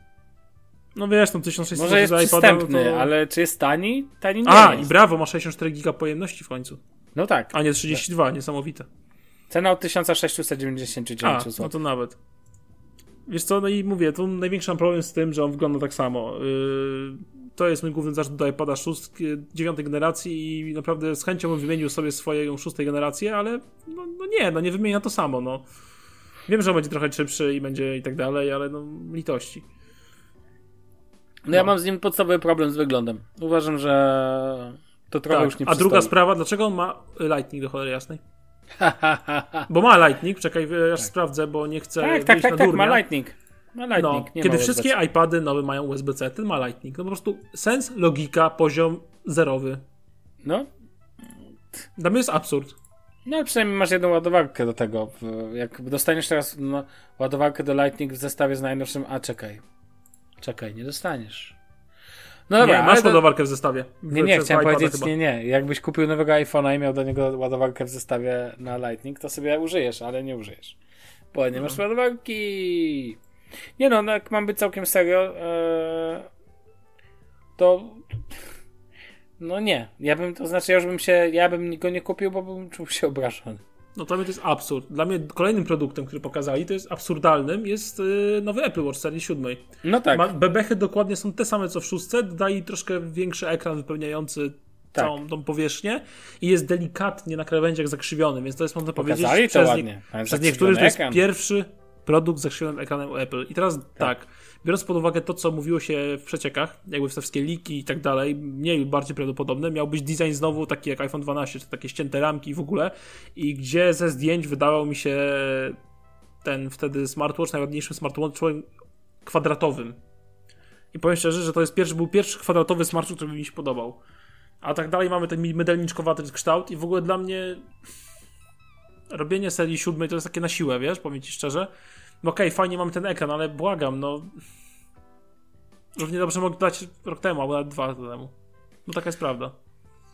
No wiesz, tam 1600 może jest przystępny, no to... ale czy jest tani? Tani nie jest. I brawo, ma 64 giga pojemności w końcu. No tak. A nie 32, tak. Niesamowite. Cena od 1699 zł. No to nawet. Wiesz co, no i mówię, to największy mam problem z tym, że on wygląda tak samo. To jest mój główny zarzut do iPada 9. generacji i naprawdę z chęcią bym wymienił sobie swoją 6. generację, ale nie wymienia to samo, no. Wiem, że on będzie trochę szybszy i będzie i tak dalej, ale no litości. No ja mam z nim podstawowy problem z wyglądem. Uważam, że to trochę już nie przystoi. A druga sprawa, dlaczego on ma Lightning do cholery jasnej? Bo ma Lightning, czekaj, ja sprawdzę, bo nie chcę wyjść na durnia. Ma Lightning. No, kiedy wszystkie iPady nowe mają USB-C, ten ma Lightning. No po prostu sens, logika, poziom zerowy. No. Dla mnie jest absurd. No ale przynajmniej masz jedną ładowarkę do tego. Jak dostaniesz teraz ładowarkę do Lightning w zestawie z najnowszym... Czekaj, nie dostaniesz. No dobra, masz ładowarkę w zestawie. Nie, chciałem powiedzieć, chyba. Nie. Jakbyś kupił nowego iPhone'a i miał do niego ładowarkę w zestawie na Lightning, to sobie użyjesz, ale nie użyjesz. Bo nie masz ładowarki. Nie no, jak mam być całkiem serio, to... No nie. Ja bym go nie kupił, bo bym czuł się obrażony. No to jest absurd. Dla mnie kolejnym produktem, który pokazali, to jest absurdalnym, jest nowy Apple Watch serii 7. No tak. Bebechy dokładnie są te same co w 6, dodaje troszkę większy ekran wypełniający całą tą powierzchnię i jest delikatnie na krawędziach zakrzywiony, więc to jest, można powiedzieć, przez niektórych to jest pierwszy produkt z zakrzywionym ekranem Apple. I teraz tak, biorąc pod uwagę to, co mówiło się w przeciekach, jakby te wszystkie leaki i tak dalej, mniej lub bardziej prawdopodobne, miał być design znowu taki jak iPhone 12, czy takie ścięte ramki w ogóle, i gdzie ze zdjęć wydawał mi się ten wtedy smartwatch, najładniejszym smartwatchem kwadratowym. I powiem szczerze, że to był pierwszy kwadratowy smartwatch, który mi się podobał. A tak dalej mamy ten mydelniczkowaty kształt i w ogóle dla mnie robienie serii 7 to jest takie na siłę, wiesz, powiem ci szczerze. No okej, fajnie mamy ten ekran, ale błagam, no równie dobrze mogli dać rok temu, albo nawet 2 lata temu. No taka jest prawda.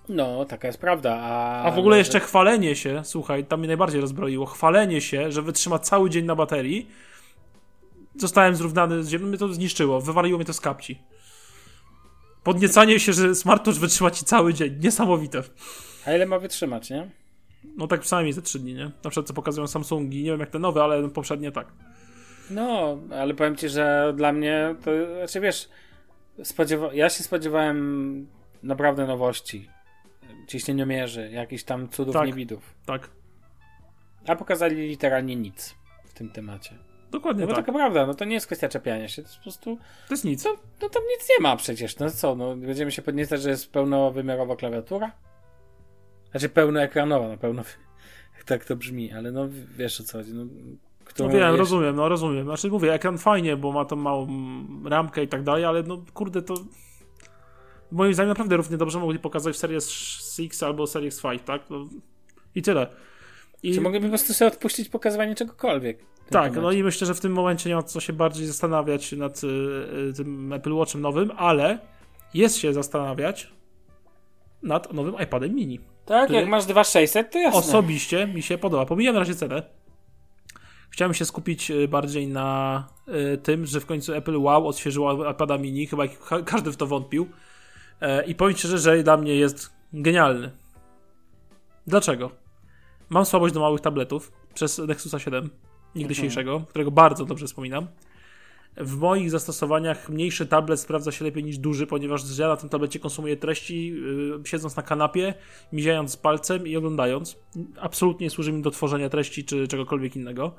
No, taka jest prawda. A w ogóle jeszcze chwalenie się, słuchaj, tam mnie najbardziej rozbroiło, chwalenie się, że wytrzyma cały dzień na baterii. Zostałem zrównany z ziemią, mnie to zniszczyło, wywaliło mnie to z kapci. Podniecanie się, że smartwatch wytrzyma ci cały dzień, niesamowite. A ile ma wytrzymać, nie? No tak przynajmniej ze 3 dni, nie? Na przykład co pokazują Samsungi, nie wiem jak te nowe, ale poprzednie tak. No, ale powiem ci, że dla mnie to, znaczy wiesz, ja się spodziewałem naprawdę nowości. Ciśnieniomierzy, jakichś tam cudów tak, niewidów. Tak. A pokazali literalnie nic w tym temacie. Dokładnie no bo tak. taka prawda, no to nie jest kwestia czepiania się, to jest po prostu... To jest nic. No tam nic nie ma przecież, no co, no będziemy się podniecać, że jest pełnowymiarowa klawiatura? Znaczy pełnoekranowa, no pełno... tak to brzmi, ale no wiesz o co chodzi, no... No wiem, rozumiem. Znaczy mówię, ekran fajnie, bo ma tą małą ramkę i tak dalej, ale no kurde to... Moim zdaniem naprawdę równie dobrze mogli pokazać w Series 6 albo Series 5, tak? No, i tyle. Czy mogliby po prostu sobie odpuścić pokazywanie czegokolwiek? Tak, no i myślę, że w tym momencie nie ma co się bardziej zastanawiać nad tym Apple Watchem nowym, ale jest się zastanawiać nad nowym iPadem mini. Tak, jak masz 2600, to jasne. Osobiście mi się podoba. Pomijam na razie cenę. Chciałem się skupić bardziej na tym, że w końcu Apple odświeżyło iPada mini, chyba każdy w to wątpił. I powiem szczerze, że dla mnie jest genialny. Dlaczego? Mam słabość do małych tabletów przez Nexusa 7 niegdysiejszego, którego bardzo dobrze wspominam. W moich zastosowaniach mniejszy tablet sprawdza się lepiej niż duży, ponieważ ja na tym tablecie konsumuję treści siedząc na kanapie, miziając palcem i oglądając. Absolutnie nie służy mi do tworzenia treści czy czegokolwiek innego.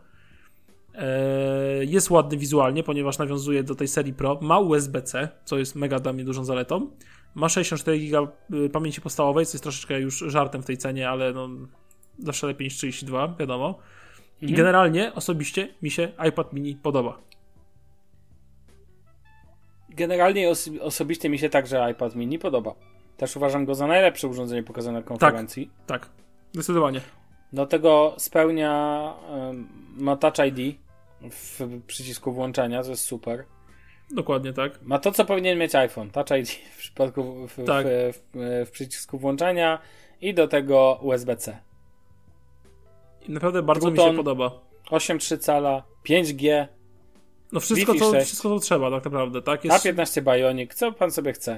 Jest ładny wizualnie, ponieważ nawiązuje do tej serii Pro. Ma USB-C, co jest mega dla mnie dużą zaletą. Ma 64 GB pamięci podstawowej, co jest troszeczkę już żartem w tej cenie, ale no zawsze lepiej niż 32, wiadomo. I generalnie, osobiście mi się iPad mini podoba. Generalnie osobiście mi się także iPad mini podoba. Też uważam go za najlepsze urządzenie pokazane na konferencji. Tak, zdecydowanie. Do tego spełnia ma Touch ID w przycisku włączania, co jest super. Dokładnie tak. Ma to, co powinien mieć iPhone. Touch ID w przypadku w przycisku włączania i do tego USB-C. I naprawdę bardzo mi się podoba. 8,3 cala, 5G. No wszystko co trzeba tak naprawdę, tak? Jest... A15 Bionic, co pan sobie chce.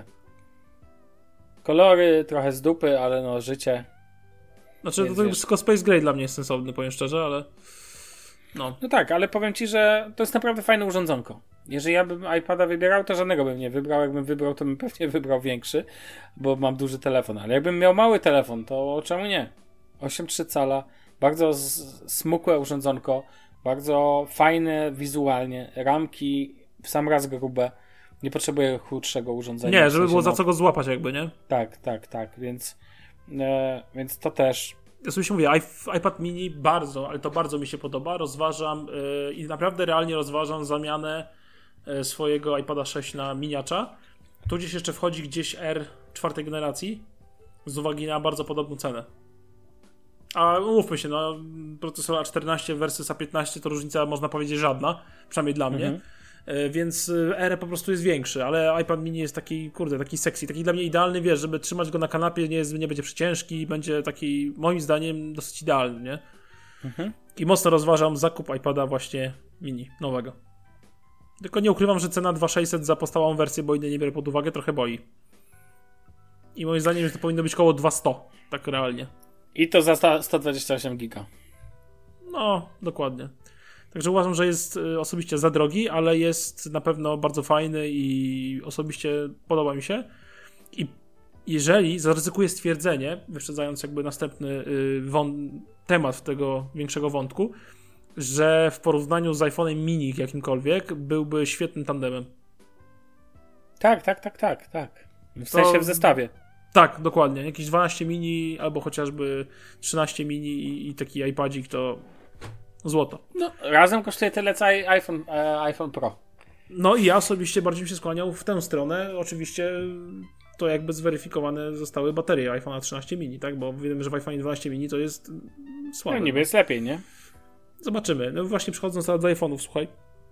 Kolory trochę z dupy, ale no życie. Znaczy to tylko Space Gray dla mnie jest sensowny, powiem szczerze, ale no tak, ale powiem ci, że to jest naprawdę fajne urządzonko. Jeżeli ja bym iPada wybierał, to żadnego bym nie wybrał. Jakbym wybrał, to bym pewnie wybrał większy, bo mam duży telefon. Ale jakbym miał mały telefon, to czemu nie? 8,3 cala, bardzo smukłe urządzonko, bardzo fajne wizualnie, ramki w sam raz grube. Nie potrzebuję chudszego urządzenia. Nie, żeby było za co go złapać jakby, nie? Tak, więc to też. Ja sobie mówię, iPad mini bardzo, ale to bardzo mi się podoba. Rozważam i naprawdę realnie rozważam zamianę swojego iPada 6 na miniacza. Tu gdzieś jeszcze wchodzi R 4 generacji z uwagi na bardzo podobną cenę. A umówmy się, no procesor A14 versus A15 to różnica można powiedzieć żadna, przynajmniej dla mnie. Więc R po prostu jest większy, ale iPad mini jest taki, taki sexy, taki dla mnie idealny, wiesz, żeby trzymać go na kanapie, nie będzie przyciężki, będzie taki, moim zdaniem, dosyć idealny, nie? I mocno rozważam zakup iPada właśnie mini, nowego. Tylko nie ukrywam, że cena 2600 za podstawową wersję, bo innej nie biorę pod uwagę, trochę boi. I moim zdaniem, że to powinno być koło 200, tak realnie. I to za 128 giga. No, dokładnie. Także uważam, że jest osobiście za drogi, ale jest na pewno bardzo fajny i osobiście podoba mi się. I jeżeli zaryzykuję stwierdzenie, wyprzedzając jakby następny temat tego większego wątku, że w porównaniu z iPhone'em mini jakimkolwiek byłby świetnym tandemem. Tak. W sensie w zestawie. Tak, dokładnie. Jakieś 12 mini albo chociażby 13 mini i taki iPadzik to złoto. No, razem kosztuje tyle co iPhone Pro. No i ja osobiście bardziej bym się skłaniał w tę stronę. Oczywiście to jakby zweryfikowane zostały baterie iPhone'a 13 mini, tak? Bo wiemy, że w iPhone 12 mini to jest słabe. No niby jest lepiej, nie? Zobaczymy. No właśnie przechodząc do iPhone'ów, słuchaj.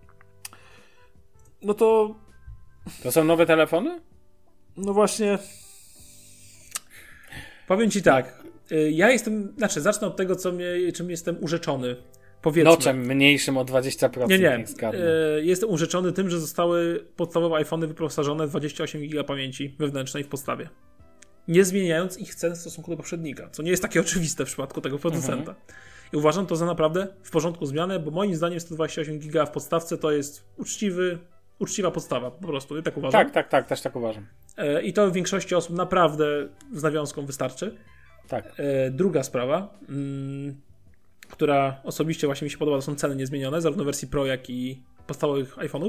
No to... To są nowe telefony? No właśnie... Powiem ci tak, ja zacznę od tego, czym jestem urzeczony. Powiedzmy. Noczem mniejszym o 20%. Nie. Jestem urzeczony tym, że zostały podstawowe iPhony wyposażone w 28 GB pamięci wewnętrznej w podstawie. Nie zmieniając ich cen w stosunku do poprzednika, co nie jest takie oczywiste w przypadku tego producenta. I uważam to za naprawdę w porządku zmianę, bo moim zdaniem 128 GB w podstawce to jest uczciwa podstawa, po prostu. Ja tak uważam. Tak, też tak uważam. I to w większości osób naprawdę z nawiązką wystarczy. Tak. Druga sprawa, która osobiście właśnie mi się podoba, to są ceny niezmienione, zarówno wersji Pro, jak i podstawowych iPhone'ów.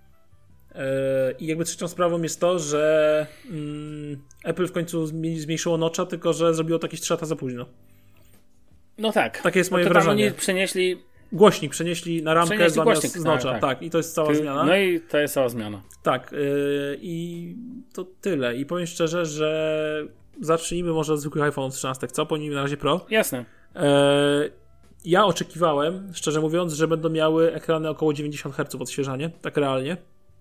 I jakby trzecią sprawą jest to, że Apple w końcu zmniejszyło notcha, tylko że zrobiło to jakieś 3 lata za późno. No tak. Takie jest moje wrażenie. Głośnik przenieśli na ramkę zamiast z notcha. Tak, i to jest cała zmiana. No i to jest cała zmiana. Tak, i to tyle. I powiem szczerze, że zacznijmy może od zwykłych iPhone 13, co? Pomijmy na razie Pro. Jasne. Ja oczekiwałem, szczerze mówiąc, że będą miały ekrany około 90 Hz odświeżanie, tak realnie.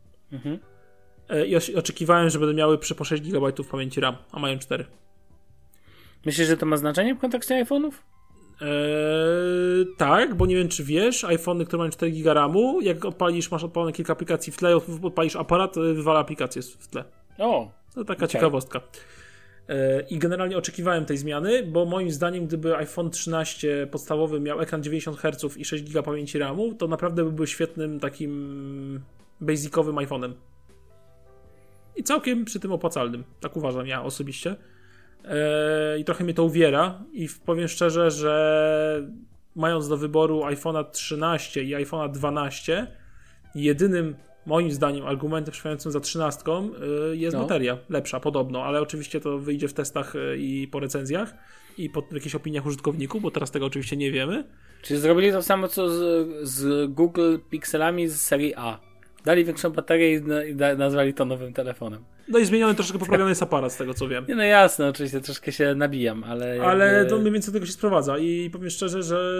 I oczekiwałem, że będą miały po 6 GB pamięci RAM, a mają 4. Myślisz, że to ma znaczenie w kontekście iPhone'ów? Tak, bo nie wiem, czy wiesz, iPhony, które mają 4 GB RAMu, jak masz odpalone kilka aplikacji w tle, odpalisz aparat, wywala aplikację w tle. To taka ciekawostka. I generalnie oczekiwałem tej zmiany, bo moim zdaniem, gdyby iPhone 13 podstawowy miał ekran 90 Hz i 6 GB pamięci RAMu, to naprawdę byłby świetnym takim basicowym iPhone'em. I całkiem przy tym opłacalnym. Tak uważam ja osobiście. I trochę mnie to uwiera i powiem szczerze, że mając do wyboru iPhone'a 13 i iPhone'a 12, jedynym moim zdaniem argumentem przemawiającym za 13 jest bateria lepsza, podobno, ale oczywiście to wyjdzie w testach i po recenzjach i po jakichś opiniach użytkowników, bo teraz tego oczywiście nie wiemy. Czyli zrobili to samo co z Google Pixelami z serii A. Dali większą baterię i nazwali to nowym telefonem. No i zmieniony, troszkę poprawiony jest aparat, z tego co wiem. Nie, no jasne, oczywiście troszkę się nabijam, ale... Ale to mniej więcej do tego się sprowadza i powiem szczerze, że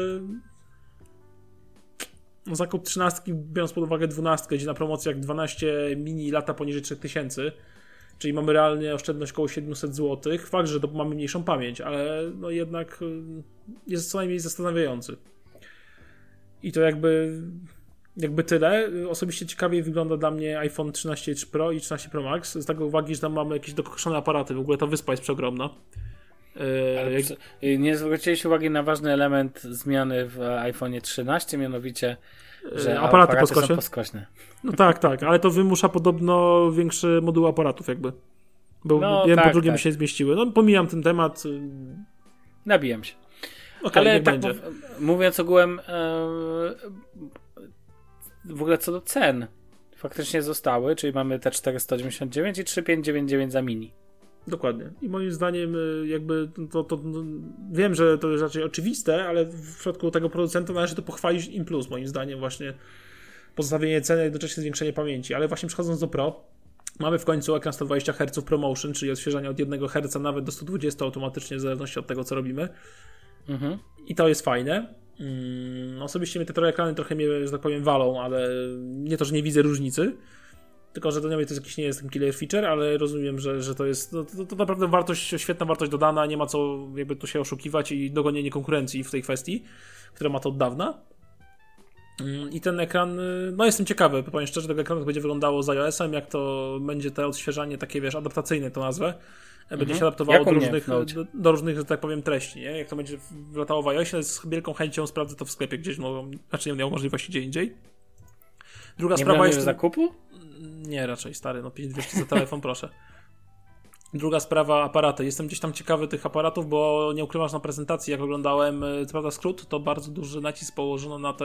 zakup 13, biorąc pod uwagę 12, gdzie na promocjach 12 mini lata poniżej 3000, czyli mamy realnie oszczędność około 700 zł. Fakt, że mamy mniejszą pamięć, ale no jednak jest co najmniej zastanawiający. I to jakby tyle. Osobiście ciekawiej wygląda dla mnie iPhone 13 Pro i 13 Pro Max, z tego uwagi, że tam mamy jakieś dokokszone aparaty. W ogóle ta wyspa jest przeogromna. Nie zwróciliście uwagi na ważny element zmiany w iPhone'ie 13, mianowicie, że aparaty są poskośne. No tak, ale to wymusza podobno większy moduł aparatów jakby. Bo po drugie by się zmieściły. No pomijam ten temat. Nabijam się. Ale tak mówiąc ogółem, w ogóle co do cen, faktycznie zostały, czyli mamy te 499 i 3599 za mini. Dokładnie. I moim zdaniem jakby to wiem, że to jest raczej oczywiste, ale w przypadku tego producenta należy to pochwalić im plus, moim zdaniem właśnie pozostawienie ceny, jednocześnie zwiększenie pamięci. Ale właśnie przechodząc do Pro, mamy w końcu ekran 120 Hz ProMotion, czyli odświeżanie od 1 Hz nawet do 120 automatycznie, w zależności od tego, co robimy. I to jest fajne. Osobiście mnie te ekrany trochę mnie, że tak powiem, walą, ale nie to, że nie widzę różnicy, tylko że to nie jest jakiś killer feature, ale rozumiem, że to jest to naprawdę świetna wartość dodana, nie ma co jakby tu się oszukiwać i dogonienie konkurencji w tej kwestii, która ma to od dawna. I ten ekran, no jestem ciekawy, powiem szczerze, tego ekranu będzie wyglądało z iOS-em, jak to będzie to odświeżanie takie, wiesz, adaptacyjne to nazwę, będzie się adaptowało do różnych, że tak powiem, treści, nie? Jak to będzie wlatało w iOSie, z wielką chęcią sprawdzę to w sklepie gdzieś, znaczy nie miał możliwości gdzie indziej. Druga sprawa jest... zakupu? Nie, raczej, stary, 5200 za telefon, proszę. Druga sprawa, aparaty. Jestem gdzieś tam ciekawy tych aparatów, bo nie ukrywam, że na prezentacji, jak oglądałem, co prawda skrót, to bardzo duży nacisk położono na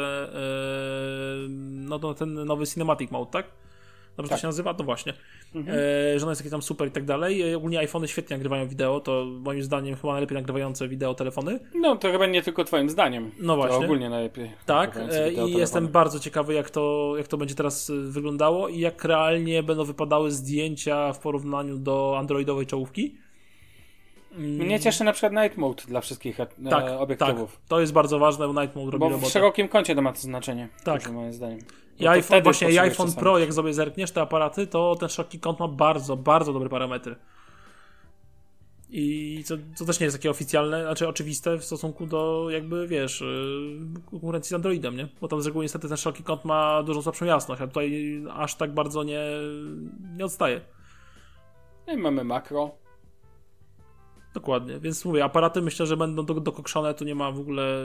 ten nowy Cinematic Mode, tak? Dobrze to się nazywa? To właśnie. Że on jest taki tam super i tak dalej. Ogólnie iPhony świetnie nagrywają wideo, to moim zdaniem chyba najlepiej nagrywające wideo telefony. No to chyba nie tylko twoim zdaniem. No właśnie. To ogólnie najlepiej. Tak, i jestem bardzo ciekawy, jak to będzie teraz wyglądało i jak realnie będą wypadały zdjęcia w porównaniu do androidowej czołówki. Mnie cieszy na przykład Night Mode dla wszystkich obiektywów. Tak, to jest bardzo ważne, bo Night Mode robi robotę. Bo w szerokim kącie to ma to znaczenie. Tak. Moim zdaniem. I iPhone Pro, jak sobie zerkniesz te aparaty, to ten szeroki kąt ma bardzo, bardzo dobre parametry. I co też nie jest takie oficjalne, znaczy oczywiste w stosunku do jakby, wiesz, konkurencji z Androidem, nie? Bo tam z reguły niestety ten szeroki kąt ma dużo słabszą jasność, a tutaj aż tak bardzo nie odstaje. No i mamy makro. Dokładnie, więc mówię, aparaty myślę, że będą dokokszone, to nie ma w ogóle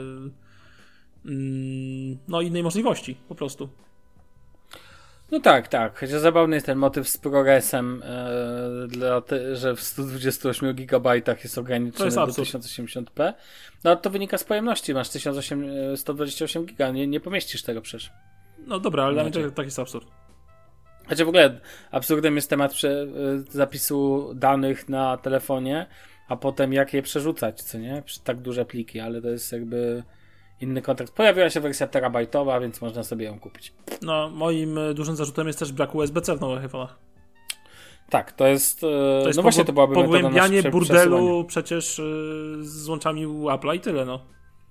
innej możliwości, po prostu. No tak. Chociaż zabawny jest ten motyw z ProResem, że w 128 GB jest ograniczony do 1080p. No to wynika z pojemności. Masz 128 GB, nie pomieścisz tego przecież. No dobra, ale dla mnie tak jest absurd. Znaczy w ogóle absurdem jest temat zapisu danych na telefonie, a potem jak je przerzucać, co nie? Tak duże pliki, ale to jest jakby inny kontekst. Pojawiła się wersja terabajtowa, więc można sobie ją kupić. No, moim dużym zarzutem jest też brak USB-C w nowych iPhone'ach. Tak, to jest no właśnie to byłaby pogłębianie burdelu przecież z łączami Apple'a i tyle, no.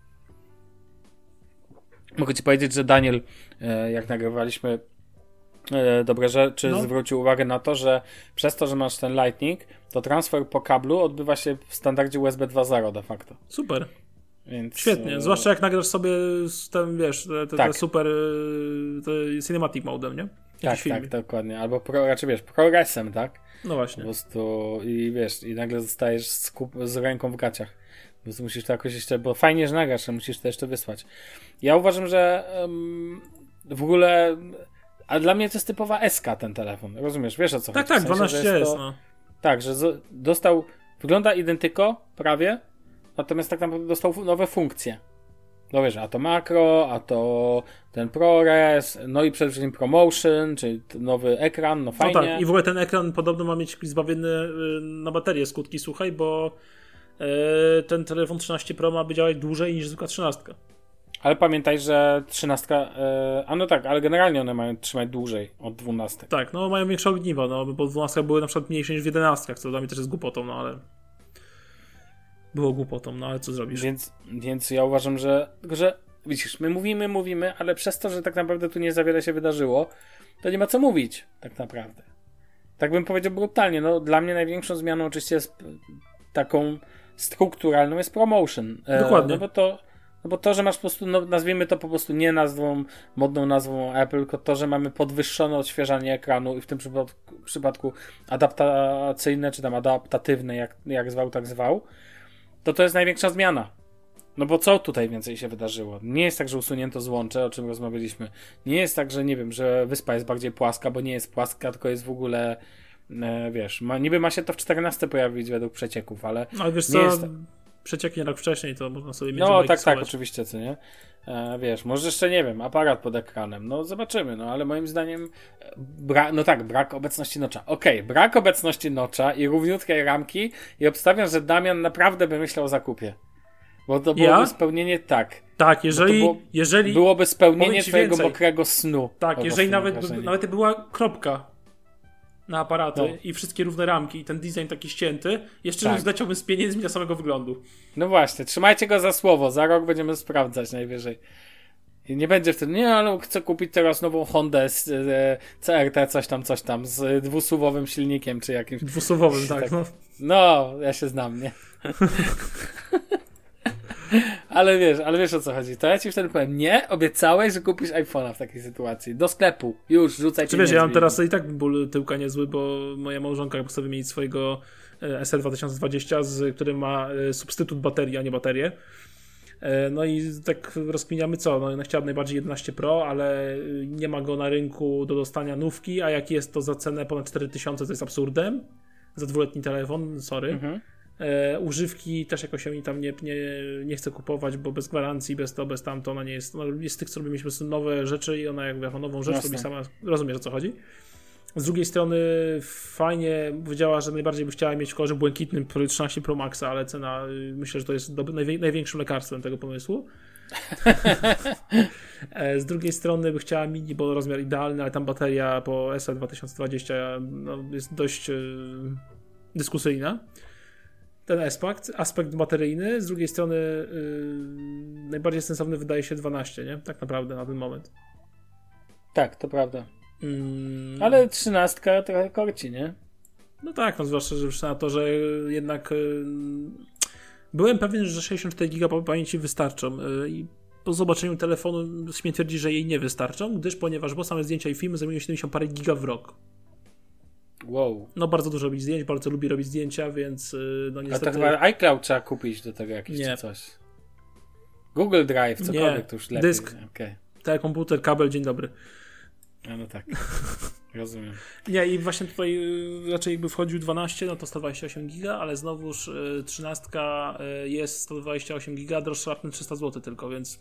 Mogę ci powiedzieć, że Daniel, jak nagrywaliśmy dobre rzeczy, zwrócił uwagę na to, że przez to, że masz ten Lightning, to transfer po kablu odbywa się w standardzie USB 2.0 de facto. Super. Więc, świetnie, zwłaszcza jak nagrasz sobie ten, wiesz, te super cinematic modem, nie? Tak, dokładnie. Albo raczej wiesz, ProResem, tak? No właśnie. Po prostu i wiesz, i nagle zostajesz z ręką w gaciach. Po prostu musisz to jakoś jeszcze, bo fajnie, że nagrasz, ale musisz to jeszcze wysłać. Ja uważam, że w ogóle, a dla mnie to jest typowa SK ten telefon. Rozumiesz, wiesz o co chodzi? Tak, 12 jest, no. Tak, że dostał, wygląda identyko, prawie, natomiast tak naprawdę dostał nowe funkcje. No wiesz, a to makro, a to ten ProRes, no i przede wszystkim ProMotion, czyli nowy ekran, no fajnie. No tak, i w ogóle ten ekran podobno ma mieć zbawienne na baterię skutki, słuchaj, bo ten telefon 13 Pro ma działać dłużej niż zwykła 13. Ale pamiętaj, że 13, a no tak, ale generalnie one mają trzymać dłużej od 12. Tak, no mają większe ogniwo, no bo 12 były na przykład mniejsze niż w 11, co dla mnie też jest głupotą, no ale było głupotą, no ale co zrobisz? Więc ja uważam, że widzisz, my mówimy, ale przez to, że tak naprawdę tu nie za wiele się wydarzyło, to nie ma co mówić, tak naprawdę. Tak bym powiedział brutalnie, no dla mnie największą zmianą oczywiście jest taką strukturalną jest ProMotion. Dokładnie. No bo to, że masz po prostu, no nazwijmy to po prostu nie modną nazwą Apple, tylko to, że mamy podwyższone odświeżanie ekranu i w tym przypadku adaptacyjne, czy tam adaptatywne, jak zwał, tak zwał, to jest największa zmiana. No bo co tutaj więcej się wydarzyło? Nie jest tak, że usunięto złącze, o czym rozmawialiśmy. Nie jest tak, że nie wiem, że wyspa jest bardziej płaska, bo nie jest płaska, tylko jest w ogóle wiesz, niby ma się to w 14 pojawić według przecieków, ale no, wiesz nie co, jest... przecieki rok wcześniej, to można sobie mieć. No tak, oczywiście, co nie? Wiesz, może jeszcze, nie wiem, aparat pod ekranem, no zobaczymy, no ale moim zdaniem brak obecności notcha. Okej, brak obecności notcha i równiutkiej ramki i obstawiam, że Damian naprawdę by myślał o zakupie. Bo to byłoby spełnienie Tak, jeżeli byłoby spełnienie twojego mokrego snu. Tak, jeżeli nawet była kropka na aparaty i wszystkie równe ramki i ten design taki ścięty, jeszcze już zleciałbym z pieniędzmi dla samego wyglądu. No właśnie, trzymajcie go za słowo, za rok będziemy sprawdzać najwyżej. I nie będzie wtedy, nie, ale chcę kupić teraz nową Hondę z CRT coś tam, z dwusuwowym silnikiem, czy jakimś... Dwusuwowym, tak. No, ja się znam, nie? Ale wiesz o co chodzi. To ja ci wtedy powiem, nie, obiecałeś, że kupisz iPhone'a w takiej sytuacji. Do sklepu, już, rzucaj pieniędzmi. Wiesz, ja mam teraz i tak ból tyłka niezły, bo moja małżonka chce wymienić swojego SE 2020, którym ma substytut baterii, a nie baterię. No i tak rozkminiamy co, no chciałabym najbardziej 11 Pro, ale nie ma go na rynku do dostania nówki, a jak jest to za cenę ponad 4000, to jest absurdem. Za dwuletni telefon, sorry. Mhm. Używki też jakoś się tam nie chcę kupować, bo bez gwarancji, bez to, bez tamto, ona nie jest, ona jest z tych, co robimy nowe rzeczy i ona jak nową rzecz robi sama, rozumiesz o co chodzi. Z drugiej strony fajnie powiedziała, że najbardziej by chciała mieć w kolorze błękitnym 13 Pro Maxa, ale cena, myślę, że to jest największym lekarstwem tego pomysłu. Z drugiej strony by chciała mini, bo rozmiar idealny, ale tam bateria po SE 2020 jest dość dyskusyjna. Ten aspekt bateryjny, z drugiej strony najbardziej sensowny wydaje się 12, nie? Tak naprawdę na ten moment. Tak, to prawda. Ale 13 trochę korci, nie? No tak, no zwłaszcza, że na to, że jednak byłem pewien, że 64 GB pamięci wystarczą i po zobaczeniu telefonu śmiem twierdzić, że jej nie wystarczą, ponieważ same zdjęcia i filmy zajmują 70 parę giga w rok. Wow. No bardzo dużo robić zdjęć, bardzo lubię robić zdjęcia, więc no niestety... A to chyba iCloud trzeba kupić do tego jakieś czy coś. Google Drive, cokolwiek to już lepiej. Dysk, komputer, kabel, dzień dobry. No tak, rozumiem. Nie, i właśnie tutaj raczej jakby wchodził 12, no to 128 giga, ale znowuż 13 jest 128 giga, droższa raptem 300 zł tylko, więc...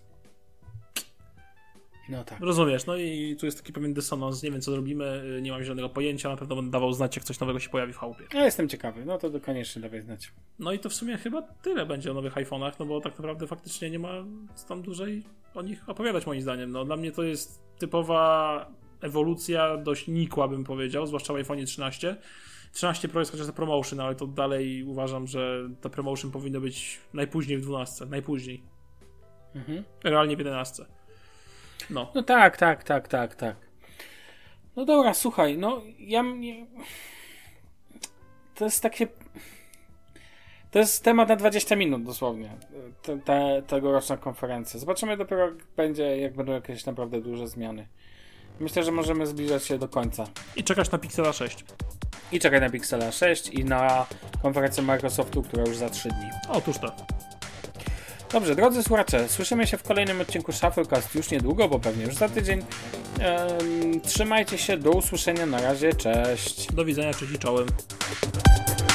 No tak. Rozumiesz, no i tu jest taki pewien dysonans, nie wiem co zrobimy, nie mam żadnego pojęcia, na pewno będę dawał znać, jak coś nowego się pojawi w chałupie. Ja jestem ciekawy, no to koniecznie dawaj znać. No i to w sumie chyba tyle będzie o nowych iPhone'ach, no bo tak naprawdę faktycznie nie ma tam dłużej o nich opowiadać moim zdaniem. No dla mnie to jest typowa ewolucja, dość nikła bym powiedział, zwłaszcza w iPhone 13. 13 Pro jest chociaż za promotion, ale to dalej uważam, że to promotion powinno być najpóźniej w 12, najpóźniej. Realnie w 11. No tak. No dobra, słuchaj, no to jest takie... To jest temat na 20 minut dosłownie, tegoroczna konferencja. Zobaczymy dopiero jak będą jakieś naprawdę duże zmiany. Myślę, że możemy zbliżać się do końca. I czekać na Pixela 6. I czekać na Pixela 6 i na konferencję Microsoftu, która już za 3 dni. Otóż to. Dobrze, drodzy słuchacze, słyszymy się w kolejnym odcinku Shufflecast już niedługo, bo pewnie już za tydzień. Trzymajcie się, do usłyszenia, na razie, cześć. Do widzenia, cześć i czołem.